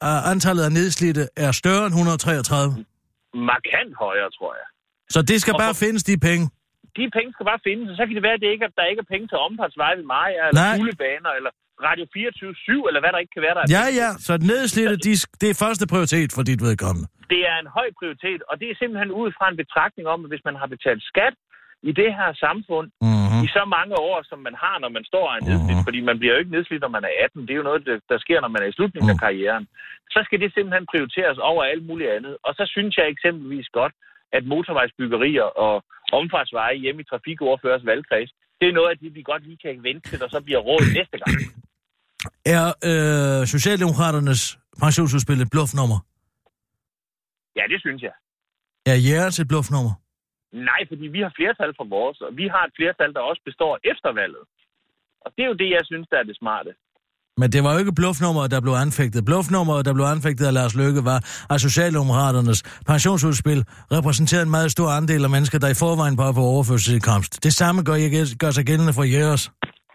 at antallet af nedslidte er større end et hundrede og treogtredive?
Markant højere, tror jeg.
Så det skal
og
bare
for...
findes, de penge?
De penge skal bare findes, og så kan det være, at, det ikke, at der ikke er penge til omfartsveje ved Maja, eller Fuglebaner, eller Radio fireogtyve syv, eller hvad der ikke kan være, der er.
Ja, ja, så nedslidte, de, det er første prioritet for dit vedkommende.
Det er en høj prioritet, og det er simpelthen ud fra en betragtning om, at hvis man har betalt skat i det her samfund mm-hmm. i så mange år, som man har, når man står og er nedslidt, mm-hmm. fordi man bliver jo ikke nedslidt, når man er atten. Det er jo noget, der sker, når man er i slutningen mm. af karrieren. Så skal det simpelthen prioriteres over alt muligt andet. Og så synes jeg eksempelvis godt, at motorvejsbyggerier og omfartsveje hjemme i trafikordførers valgkreds, det er noget af det, vi godt lige kan vente til, der så bliver råd næste gang.
Er øh, Socialdemokraternes pensionsudspil et bluffnummer?
Ja, det synes jeg.
Er jeres et bluffnummer?
Nej, fordi vi har flertal for vores, og vi har et flertal, der også består efter valget. Og det er jo det, jeg synes, der er det smarte.
Men det var jo ikke bluffnummeret, der blev anfægtet. Bluffnummeret, der blev anfægtet af Lars Løkke, var, at Socialdemokraternes pensionsudspil repræsenterede en meget stor andel af mennesker, der i forvejen bare på overførselsindkomst. Det samme gør, gør sig gældende for jeres.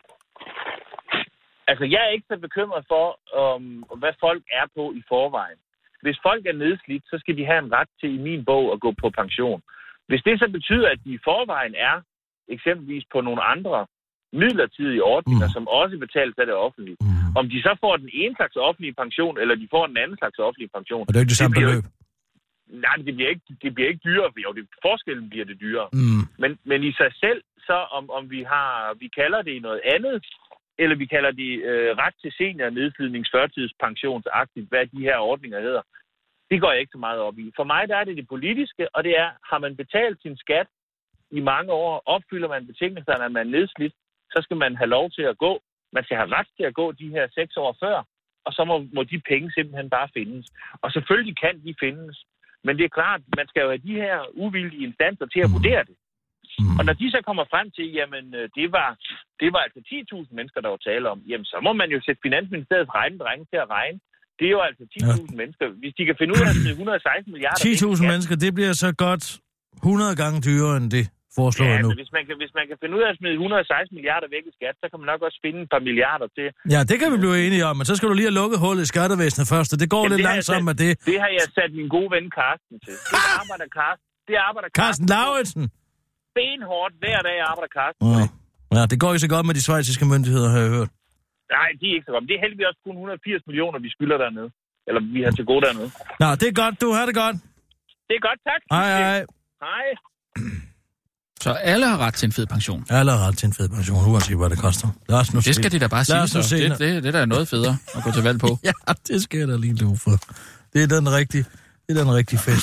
Altså, jeg er ikke så bekymret for, um, hvad folk er på i forvejen. Hvis folk er nedslidt, så skal de have en ret til i min bog at gå på pension. Hvis det så betyder, at de i forvejen er eksempelvis på nogle andre midlertidige ordninger, mm. som også betales af det offentlige. Mm. Om de så får den ene slags offentlige pension, eller de får den anden slags offentlige pension.
Og det er ikke det samme beløb?
Nej, det bliver ikke, det bliver ikke dyrere. Jo, det, forskellen bliver det dyrere.
Mm.
Men, men i sig selv, så om, om vi har, vi kalder det noget andet, eller vi kalder det øh, ret til senior nedslidnings førtidspensionsaktivt, hvad de her ordninger hedder, det går jeg ikke så meget op i. For mig der er det det politiske, og det er, har man betalt sin skat i mange år, opfylder man betingelserne, at man er nedslidt, så skal man have lov til at gå. Man skal have ret til at gå de her seks år før, og så må, må de penge simpelthen bare findes. Og selvfølgelig kan de findes, men det er klart, man skal jo have de her uvildige instanser til at vurdere det. Og når de så kommer frem til, jamen det var, det var altså ti tusind mennesker, der var tale om, jamen så må man jo sætte Finansministeriets regnedrenge til at regne. Det er jo altså ti tusind ja. mennesker. Hvis de kan finde ud af at et hundrede og seksten milliarder...
ti tusind mennesker, det bliver så godt hundrede gange dyrere end det foreslår
ja,
nu.
Hvis man, kan, hvis man kan finde ud af at smide et hundrede og seksten milliarder væk i skat, så kan man nok også finde et par milliarder til.
Ja, det kan vi blive enige om, men så skal du lige have lukket hullet i skattevæsenet først, og det går jamen, lidt det langsomt
sat,
med det.
Det har jeg sat min gode ven Carsten til. Det arbejder Carsten. Det arbejder
Carsten Lauritsen.
Benhårdt hver dag arbejder Carsten.
Ja. ja, det går ikke så godt med de schweiziske myndigheder, har jeg hørt.
Nej, de er ikke så godt. Det er heldigvis også kun et hundrede og firs millioner, vi skylder dernede. Eller vi har til gode dernede.
Nå, det er godt. Du har det godt.
Det er godt, tak.
Hej, hej.
Hej.
Så alle har ret til en fed pension?
Alle har ret til en fed pension, uanset hvad det koster. Lad os nu
det skal de da bare sige, så. Det, det, det der er noget federe at gå til valg på.
Ja, det skal jeg da lige love for. Det er den rigtige, det er den rigtige fest.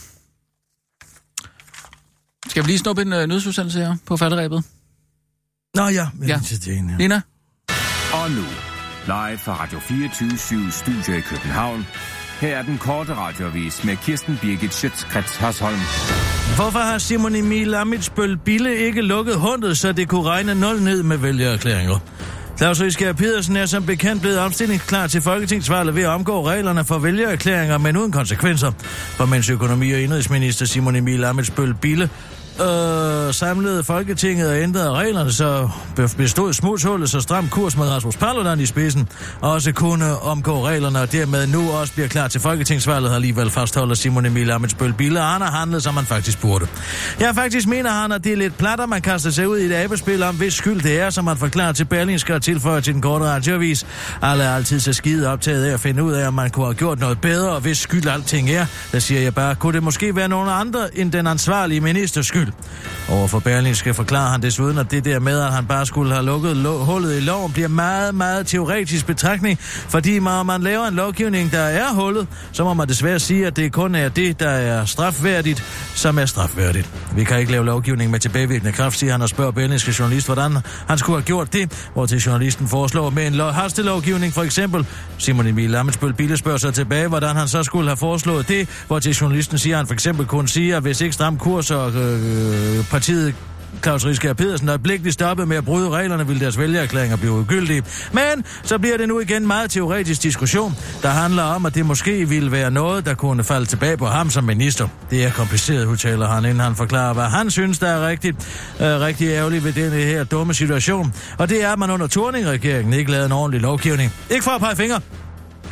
Skal vi lige snuppe en uh, nyhedsudsendelse her på falderæbet?
Nå ja,
ja.
Det er en, ja.
Lina?
Og nu, live fra Radio fireogtyve syv Studio i København. Her er den korte radioavis med Kirsten Birgit Schøtz-Krets Hørsholm.
Hvorfor har Simon Emil Ammitzbøll Bille ikke lukket hundet, så det kunne regne nul ned med vælgererklæringer? Claus Riskær Pedersen er som bekendt blevet opstillingsklar til folketingsvalget ved at omgå reglerne for vælgererklæringer, men uden konsekvenser. For mens økonomi- og indrigsminister Simon Emil Ammitzbøll Bille øh, samlede Folketinget og ændrede reglerne, så bestod smutshullet så stram kurs med Rasmus Paludan i spidsen, og også kunne omgå reglerne, og dermed nu også bliver klar til folketingsvalget, har alligevel fastholder Simon Emil Ammitzbøll Bille, og han har handlet, som han faktisk burde. Jeg faktisk mener han, at det er lidt platter, man kaster sig ud i et abespil om, hvis skyld det er, som man forklarer til Berlingske og tilføjer til den korte radioavis. Alle er altid så skide optaget af at finde ud af, om man kunne have gjort noget bedre, og hvis skyld alting er, der siger jeg bare, kunne det måske være nogen andre end den ansvarlige ministers skyld. Overfor Berlingske forklarer han desuden, at det der med, at han bare skulle have lukket lo- hullet i loven, bliver meget, meget teoretisk betragtning, fordi når man laver en lovgivning, der er hullet, så må man desværre sige, at det kun er det, der er strafværdigt, som er strafværdigt. Vi kan ikke lave lovgivning med tilbagevirkende kraft, siger han og spørger Berlingske journalist, hvordan han skulle have gjort det, hvortil journalisten foreslår med en lo- hastelovgivning for eksempel. Simon Emil Ammitzbøll Bille spørger sig tilbage, hvordan han så skulle have foreslået det, hvortil journalisten siger, at han for eksempel kunne sige, at hvis ikke stram kurs og øh, partiet Claus Riskær Pedersen øjeblikkeligt stoppede med at bryde reglerne, ville deres vælgererklæringer blive ugyldige. Men så bliver det nu igen meget teoretisk diskussion, der handler om, at det måske ville være noget, der kunne falde tilbage på ham som minister. Det er kompliceret, udtaler han, inden han forklarer, hvad han synes, der er rigtigt, øh, rigtig ærgerligt ved denne her dumme situation. Og det er, at man under Thorning-regeringen ikke lavede en ordentlig lovgivning. Ikke for at pege fingre.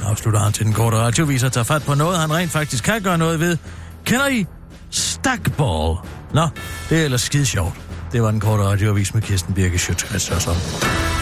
afslutter han til den korte radiovis og tager fat på noget, han rent faktisk kan gøre noget ved. Kender I stackball? Nå, det er ellers skide sjovt. Det var den korte radiovis med Kirsten Birke Schøtz.